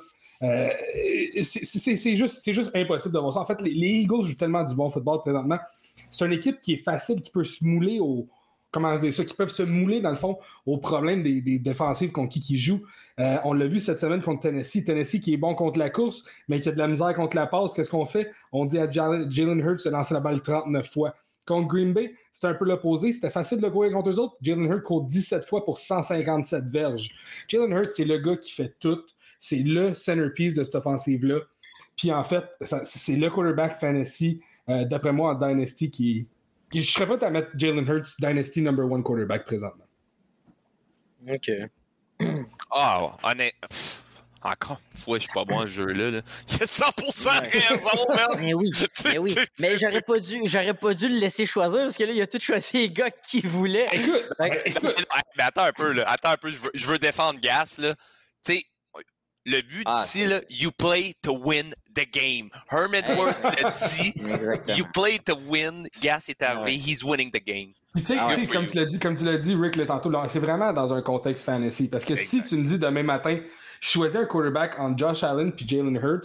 C'est juste impossible de voir ça. En fait, les Eagles jouent tellement du bon football présentement. C'est une équipe qui est facile, qui peut se mouler qui peuvent se mouler, dans le fond, aux problèmes des défensives contre qui jouent. On l'a vu cette semaine contre Tennessee. Tennessee qui est bon contre la course, mais qui a de la misère contre la passe. Qu'est-ce qu'on fait? On dit à Jalen Hurts de lancer la balle 39 fois. Contre Green Bay, c'était un peu l'opposé. C'était facile de courir contre eux autres. Jalen Hurts court 17 fois pour 157 verges. Jalen Hurts, c'est le gars qui fait tout. C'est le centerpiece de cette offensive-là. Puis en fait, c'est le quarterback fantasy, d'après moi, en Dynasty qui... Je serais prêt à mettre Jalen Hurts Dynasty number 1 quarterback présentement. OK. Honnêtement. Encore une fois, je suis pas bon à ce jeu-là. Là. Il a 100% raison, man! Mais oui. Mais j'aurais pas dû le laisser choisir parce que là, il a tout choisi les gars qu'il voulait. Écoute. Mais attends un peu, là. Je veux défendre Gas, là. Tu sais, le but d'ici, là, you play to win the game. Herman Worth l'a dit. You play to win. Gas est arrivé. He's winning the game. Puis tu sais, comme tu l'as dit, Rick, tantôt, là, c'est vraiment dans un contexte fantasy. Parce que si tu me dis demain matin, je choisis un quarterback entre Josh Allen puis Jalen Hurts,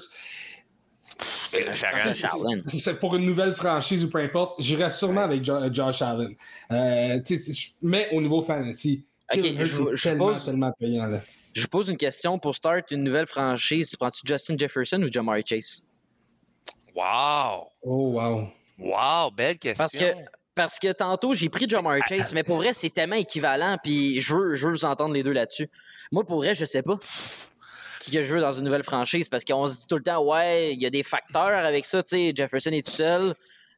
c'est pour une nouvelle franchise ou peu importe, j'irais sûrement avec Josh Allen. Mais au niveau fantasy, tellement payant. Là. Je vous pose une question pour start une nouvelle franchise. Tu prends-tu Justin Jefferson ou Ja'Marr Chase? Wow! Oh, wow! Wow, belle question. Parce que Parce que tantôt, j'ai pris Ja'Marr Chase, mais pour vrai, c'est tellement équivalent, puis je veux vous entendre les deux là-dessus. Moi, pour vrai, je sais pas qui que je veux dans une nouvelle franchise, parce qu'on se dit tout le temps, ouais, il y a des facteurs avec ça, tu sais, Jefferson est tout seul.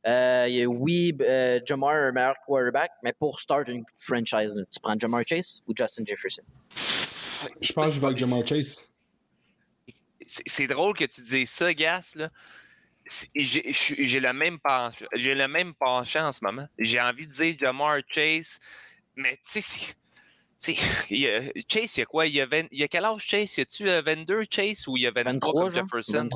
Ja'Marr est un meilleur quarterback, mais pour start une franchise, là, tu prends Ja'Marr Chase ou Justin Jefferson? Je pense que je vais avec Ja'Marr Chase. C'est drôle que tu dises ça, Gas, là. J'ai le même penchant en ce moment. J'ai envie de dire Ja'Marr Chase, mais tu sais, Chase, il y a quoi? Il y a quel âge Chase? Y a-tu 22 Chase ou il y a 23 comme Jefferson?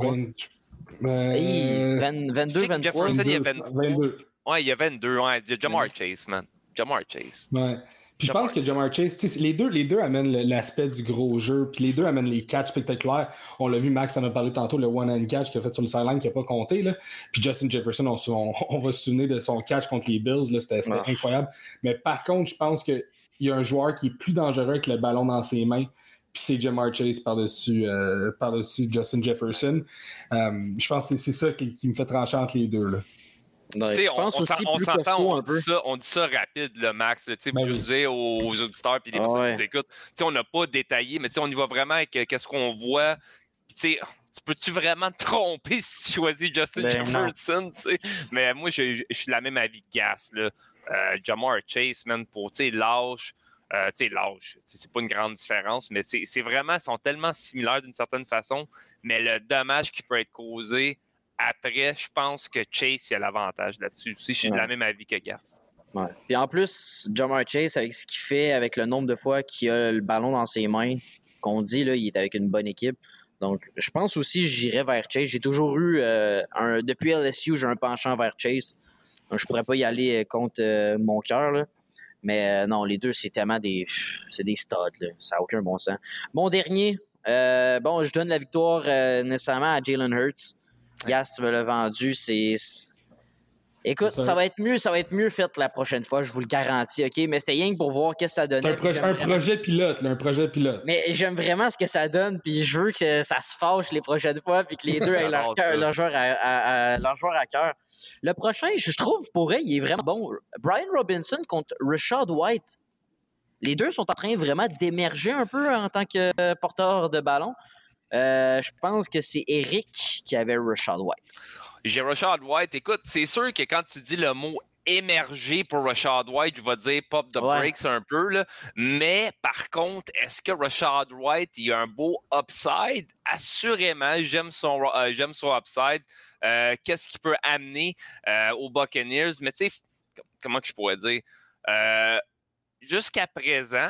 22, 23. Jefferson, il y a 22. Ouais, il y a 22. Ouais, Ja'Marr Chase, man. Ja'Marr Chase. Ouais. Puis je pense que Ja'Marr Chase, les deux amènent l'aspect du gros jeu, puis les deux amènent les catchs spectaculaires. On l'a vu, Max en a parlé tantôt, le one-hand catch qu'il a fait sur le sideline qui n'a pas compté. Là. Puis Justin Jefferson, on va se souvenir de son catch contre les Bills, là, c'était incroyable. Mais par contre, je pense qu'il y a un joueur qui est plus dangereux avec le ballon dans ses mains, puis c'est Ja'Marr Chase par-dessus Justin Jefferson. Je pense que c'est ça qui me fait trancher entre les deux. Là. Ouais, je pense aussi plus costaud un peu. On dit ça rapide, le Max. Pour juste dire aux auditeurs et les personnes qui nous écoutent. On n'a pas détaillé, mais on y va vraiment avec qu'est-ce qu'on voit. Puis, peux-tu vraiment te tromper si tu choisis Justin Jefferson? Mais moi, je suis de la même avis que Gas. Ja'Marr Chase, man, pour l'âge. L'âge, c'est pas une grande différence, mais c'est vraiment, ils sont tellement similaires d'une certaine façon. Mais le dommage qui peut être causé après, je pense que Chase il a l'avantage là-dessus. Je suis de la même avis que Gas. Ouais. Puis en plus, Ja'Marr Chase, avec ce qu'il fait, avec le nombre de fois qu'il a le ballon dans ses mains, qu'on dit, là, il est avec une bonne équipe. Donc, je pense aussi que j'irais vers Chase. J'ai toujours eu, depuis LSU, j'ai un penchant vers Chase. Donc, je pourrais pas y aller contre mon cœur, là. Mais non, les deux, c'est tellement des studs, là. Ça n'a aucun bon sens. Mon dernier, je donne la victoire nécessairement à Jalen Hurts. Gas, tu me l'as vendu, Écoute, ça va être mieux fait la prochaine fois, je vous le garantis, OK? Mais c'était rien que pour voir qu'est-ce que ça donnait. Un projet pilote. Mais j'aime vraiment ce que ça donne, puis je veux que ça se fâche les prochaines fois, puis que les deux aient leur joueur à cœur. Le prochain, je trouve, pour elle, il est vraiment bon. Brian Robinson contre Rachaad White. Les deux sont en train vraiment d'émerger un peu en tant que porteur de ballon. Je pense que c'est Eric qui avait Rachaad White. J'ai Rachaad White. Écoute, c'est sûr que quand tu dis le mot émerger pour Rachaad White, je vais dire pop the brakes un peu. Là. Mais par contre, est-ce que Rachaad White il a un beau upside? Assurément, j'aime son upside. Qu'est-ce qu'il peut amener aux Buccaneers? Mais tu sais, comment que je pourrais dire? Jusqu'à présent,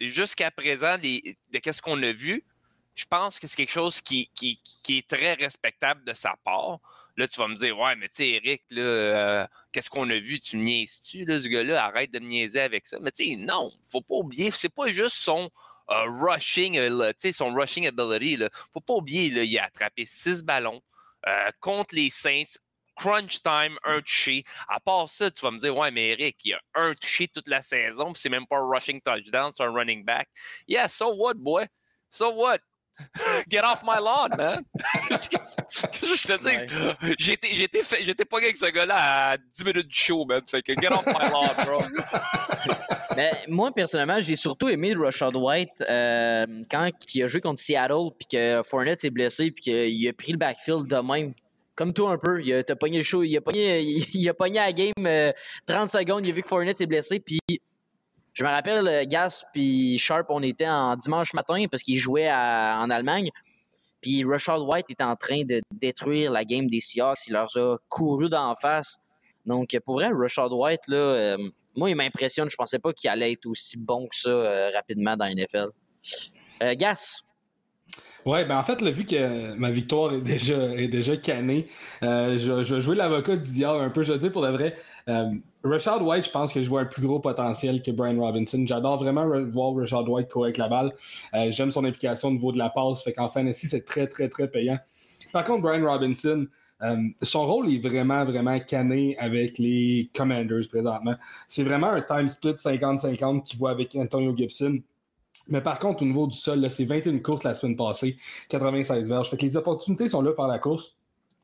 de qu'est-ce qu'on a vu, je pense que c'est quelque chose qui est très respectable de sa part. Là, tu vas me dire, ouais, mais tu sais, Eric, là, qu'est-ce qu'on a vu? Tu me niaises-tu, là, ce gars-là? Arrête de me niaiser avec ça. Mais tu sais, non, faut pas oublier, c'est pas juste son rushing ability. Là. Faut pas oublier, là, il a attrapé 6 ballons contre les Saints. Crunch time, un touché. À part ça, tu vas me dire, ouais, mais Eric, il a un touché toute la saison, puis c'est même pas un rushing touchdown, c'est un running back. Yeah, so what, boy? So what? Get off my lawn, man! Je te dis, j'étais pas avec ce gars-là à 10 minutes du show, man. Fait que get off my lawn, bro! Ben, moi, personnellement, j'ai surtout aimé Rachaad White quand il a joué contre Seattle, puis que Fournette s'est blessé, puis qu'il a pris le backfield de même. Comme toi un peu, t'as pogné le show, il a pogné à la game 30 secondes, il a vu que Fournette s'est blessé, puis je me rappelle, Gas puis Sharp, on était en dimanche matin parce qu'ils jouaient en Allemagne, puis Rachaad White était en train de détruire la game des Seahawks, il leur a couru d'en face. Donc pour vrai, Rachaad White, là, moi il m'impressionne, je pensais pas qu'il allait être aussi bon que ça rapidement dans la NFL. Gas? Oui, ben en fait, là, vu que ma victoire est déjà cannée, je vais jouer l'avocat du diable un peu. Je veux dire, pour de vrai, Rachaad White, je pense que je vois un plus gros potentiel que Brian Robinson. J'adore vraiment voir Rachaad White courir avec la balle. J'aime son implication au niveau de la passe. Fait qu'en fantasy, c'est très, très, très payant. Par contre, Brian Robinson, son rôle est vraiment, vraiment canné avec les Commanders présentement. C'est vraiment un time split 50-50 qu'il voit avec Antonio Gibson. Mais par contre, au niveau du sol, là, c'est 21 courses la semaine passée, 96 verges. Fait que les opportunités sont là par la course.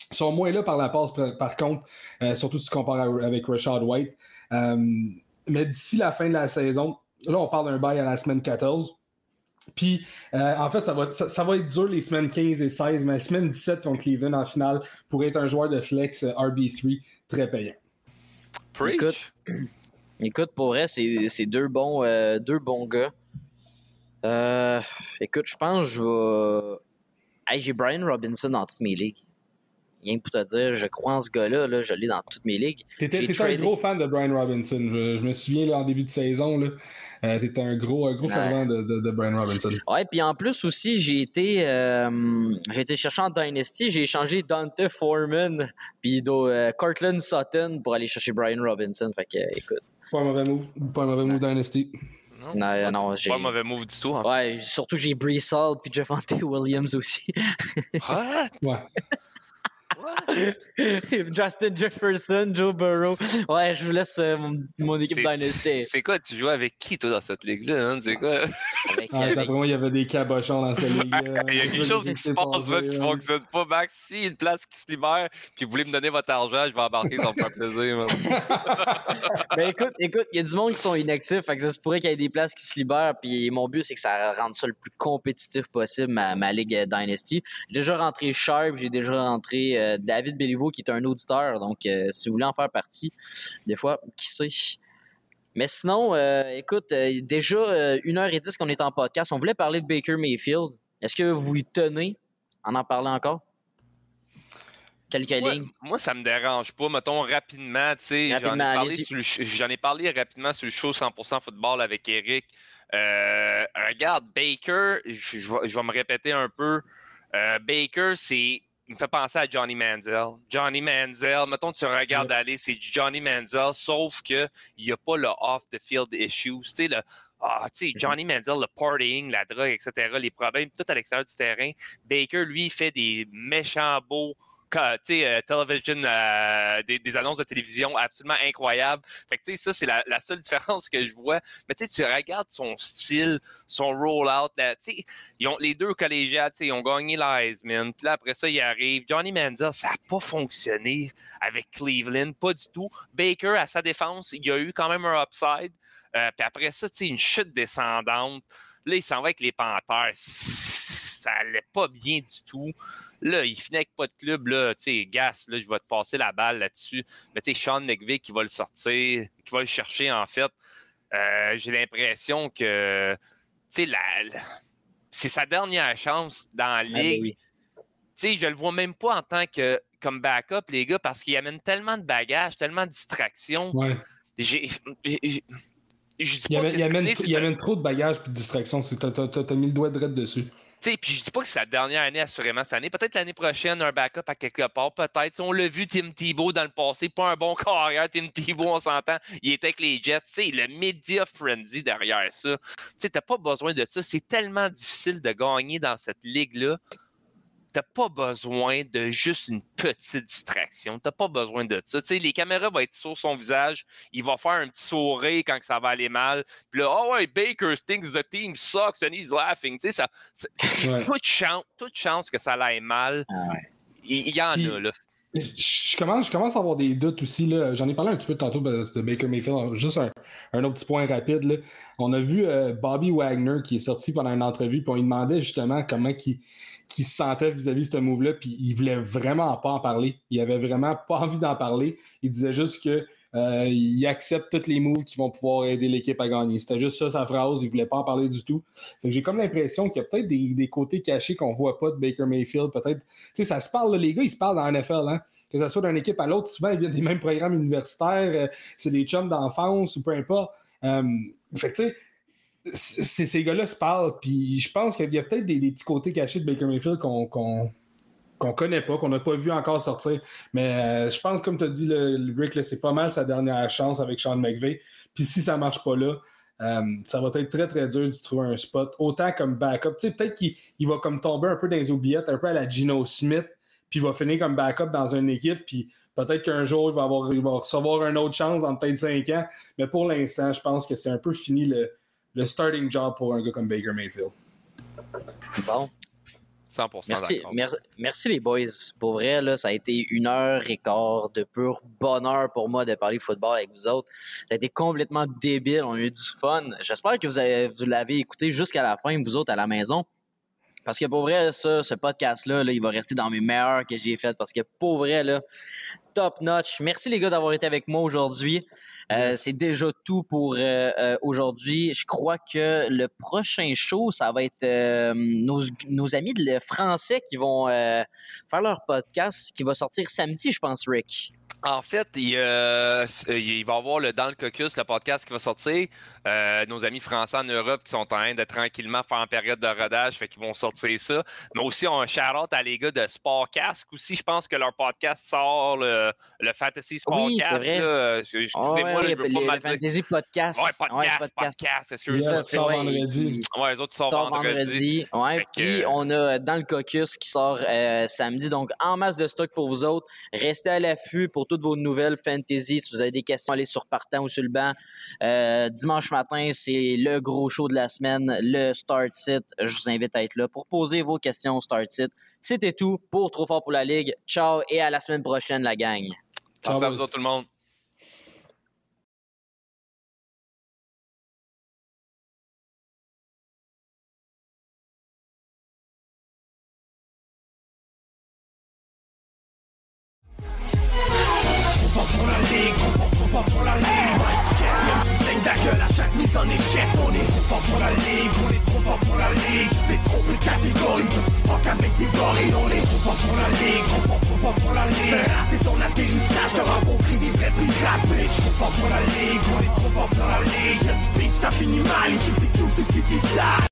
Ils sont moins là par la passe, par contre, surtout si tu compares avec Rashad White. Mais d'ici la fin de la saison, là, on parle d'un bail à la semaine 14. Puis, en fait, ça va être dur les semaines 15 et 16, mais la semaine 17 contre Cleveland en finale pourrait être un joueur de flex RB3 très payant. Écoute, pour vrai, c'est deux bons gars. Écoute, je pense que je vais... Hey, j'ai Brian Robinson dans toutes mes ligues. Rien que pour te dire, je crois en ce gars-là, là, je l'ai dans toutes mes ligues. T'étais un gros fan de Brian Robinson. Je me souviens là, en début de saison, t'étais un gros fervent de Brian Robinson. Ouais, puis en plus aussi, j'ai été chercher en Dynasty, j'ai échangé Dante Foreman puis Cortland Sutton pour aller chercher Brian Robinson. Fait que, écoute. Pas un mauvais move Dynasty. Non, j'ai... Pas un mauvais move du tout. Hein. Ouais, surtout j'ai Breece Hall puis Javonte Williams aussi. What? Ouais. Justin Jefferson, Joe Burrow. Ouais, je vous laisse mon équipe Dynasty. C'est quoi, tu joues avec qui, toi, dans cette ligue-là? Hein? C'est quoi? D'après moi, il y avait des cabochons dans cette ligue. Il y a quelque chose qui se passe là, qui fonctionne pas, Max. Si une place qui se libère, puis vous voulez me donner votre argent, je vais embarquer, ça va me faire plaisir. Ben écoute, il y a du monde qui sont inactifs, fait que ça se pourrait qu'il y ait des places qui se libèrent, puis mon but, c'est que ça rende ça le plus compétitif possible, ma ligue Dynasty. J'ai déjà rentré Sharp, j'ai déjà rentré David Béliveau, qui est un auditeur, donc si vous voulez en faire partie, des fois, qui sait. Mais sinon, écoute, déjà 1h10 qu'on est en podcast, on voulait parler de Baker Mayfield. Est-ce que vous y tenez en parlant encore? Quelques lignes. Moi, ça me dérange pas. Mettons rapidement, tu sais, j'en ai parlé rapidement sur le show 100% football avec Eric. Regarde, Baker, je vais me répéter un peu. Baker, il me fait penser à Johnny Manziel. Johnny Manziel, mettons, tu regardes aller, c'est Johnny Manziel, sauf qu'il n'y a pas le off-the-field issues. Tu sais, Johnny Manziel, le partying, la drogue, etc., les problèmes, tout à l'extérieur du terrain. Baker, lui, fait des méchants beaux television, des annonces de télévision absolument incroyables. Fait que tu sais, ça, c'est la seule différence que je vois. Mais tu sais, tu regardes son style, son roll-out, tu sais, les deux collégiales, tu sais, ils ont gagné l'Heisman. Puis là, après ça, il arrive. Johnny Manziel, ça n'a pas fonctionné avec Cleveland, pas du tout. Baker, à sa défense, il y a eu quand même un upside. Puis après ça, tu sais, une chute descendante. Là, il s'en va avec les Panthers. Ça allait pas bien du tout. Là, il finit avec pas de club. Là, tu sais, Gas, là, je vais te passer la balle là-dessus. Mais tu sais, Sean McVay qui va le sortir, qui va le chercher, en fait. J'ai l'impression que, tu sais, c'est sa dernière chance dans la ligue. Oui. Tu sais, je le vois même pas en tant que comme backup, les gars, parce qu'il amène tellement de bagages, tellement de distractions. Ouais. Il amène trop de bagages et de distractions. T'as mis le doigt direct dessus. Puis je dis pas que c'est sa dernière année, assurément, cette année. Peut-être l'année prochaine, un backup à quelque part. Peut-être. On l'a vu, Tim Tebow, dans le passé. Pas un bon carrière, Tim Tebow, on s'entend. Il était avec les Jets. Le media frenzy derrière ça. T'as pas besoin de ça. C'est tellement difficile de gagner dans cette ligue-là. T'as pas besoin de juste une petite distraction. T'as pas besoin de ça. T'sais, les caméras vont être sur son visage. Il va faire un petit sourire quand ça va aller mal. Puis là, oh ouais, Baker thinks the team sucks and he's laughing. Tu sais, toute chance que ça aille mal. Il y en a, là. Je commence à avoir des doutes aussi. Là. J'en ai parlé un petit peu tantôt de Baker Mayfield. Juste un autre petit point rapide. Là. On a vu Bobby Wagner qui est sorti pendant une entrevue, puis on lui demandait justement comment il se sentait vis-à-vis de ce move-là, puis il voulait vraiment pas en parler. Il avait vraiment pas envie d'en parler. Il disait juste que il accepte tous les moves qui vont pouvoir aider l'équipe à gagner. C'était juste ça sa phrase, il voulait pas en parler du tout. Fait que j'ai comme l'impression qu'il y a peut-être des côtés cachés qu'on voit pas de Baker Mayfield. Peut-être, tu sais, ça se parle, là, les gars, ils se parlent dans la NFL, hein? Que ce soit d'une équipe à l'autre, souvent ils viennent des mêmes programmes universitaires, c'est des chums d'enfance ou peu importe. Fait que tu sais, ces gars-là se parlent, puis je pense qu'il y a peut-être des petits côtés cachés de Baker Mayfield qu'on connaît pas, qu'on n'a pas vu encore sortir. Mais je pense, comme tu as dit, le Rick, là, c'est pas mal sa dernière chance avec Sean McVay. Puis si ça marche pas là, ça va être très, très dur d'y trouver un spot. Autant comme backup. Tu sais, peut-être qu'il va comme tomber un peu dans les oubliettes, un peu à la Geno Smith, puis il va finir comme backup dans une équipe, puis peut-être qu'un jour, il va recevoir une autre chance dans peut-être 5 ans. Mais pour l'instant, je pense que c'est un peu fini le starting job pour un gars comme Baker Mayfield. Bon. 100% merci les boys. Pour vrai, là, ça a été 1h15 de pur bonheur pour moi de parler football avec vous autres. Ça a été complètement débile. On a eu du fun. J'espère que vous l'avez écouté jusqu'à la fin, vous autres, à la maison. Parce que pour vrai, ce podcast-là, là, il va rester dans mes meilleurs que j'ai fait. Parce que pour vrai, là, top notch. Merci les gars d'avoir été avec moi aujourd'hui. C'est déjà tout pour aujourd'hui. Je crois que le prochain show, ça va être nos amis français qui vont faire leur podcast qui va sortir samedi, je pense, Rick. En fait, il va y avoir Dans le Caucus, le podcast qui va sortir. Nos amis français en Europe qui sont en train de tranquillement faire en période de rodage, fait qu'ils vont sortir ça. Mais aussi, on a un shout-out à les gars de Sportcast aussi. Je pense que leur podcast sort le Fantasy Sportcast. Oui, c'est vrai. Là. Excusez-moi, je veux pas mal dire. Fantasy Podcast. Podcast. Excusez-moi. Ça sort vendredi. Ouais, les autres sortent vendredi. Ouais, puis on a Dans le Caucus qui sort samedi. Donc, en masse de stock pour vous autres. Restez à l'affût pour toutes vos nouvelles fantasy. Si vous avez des questions, allez sur Partant ou sur le banc. Dimanche matin, c'est le gros show de la semaine, le Start Sit. Je vous invite à être là pour poser vos questions au Start Sit. C'était tout pour Trop fort pour la Ligue. Ciao et à la semaine prochaine, la gang. Merci à vous autres, tout le monde. Pour la ligue, trop fort pour la ligue. Même si c'est ta gueule à chaque mise en échec. On est trop fort pour la ligue, on est trop fort pour la ligue. Tu t'es trompé de catégorie, tu fuck avec des gorilles. On est trop fort pour la ligue, trop fort pour la ligue. Raté ton atterrissage, t'as rencontré des vrais pirates. Mais je suis trop fort pour la ligue, on est trop fort pour la ligue. Si y'a du beat, ça finit mal, ici c'est tout, c'est City Style.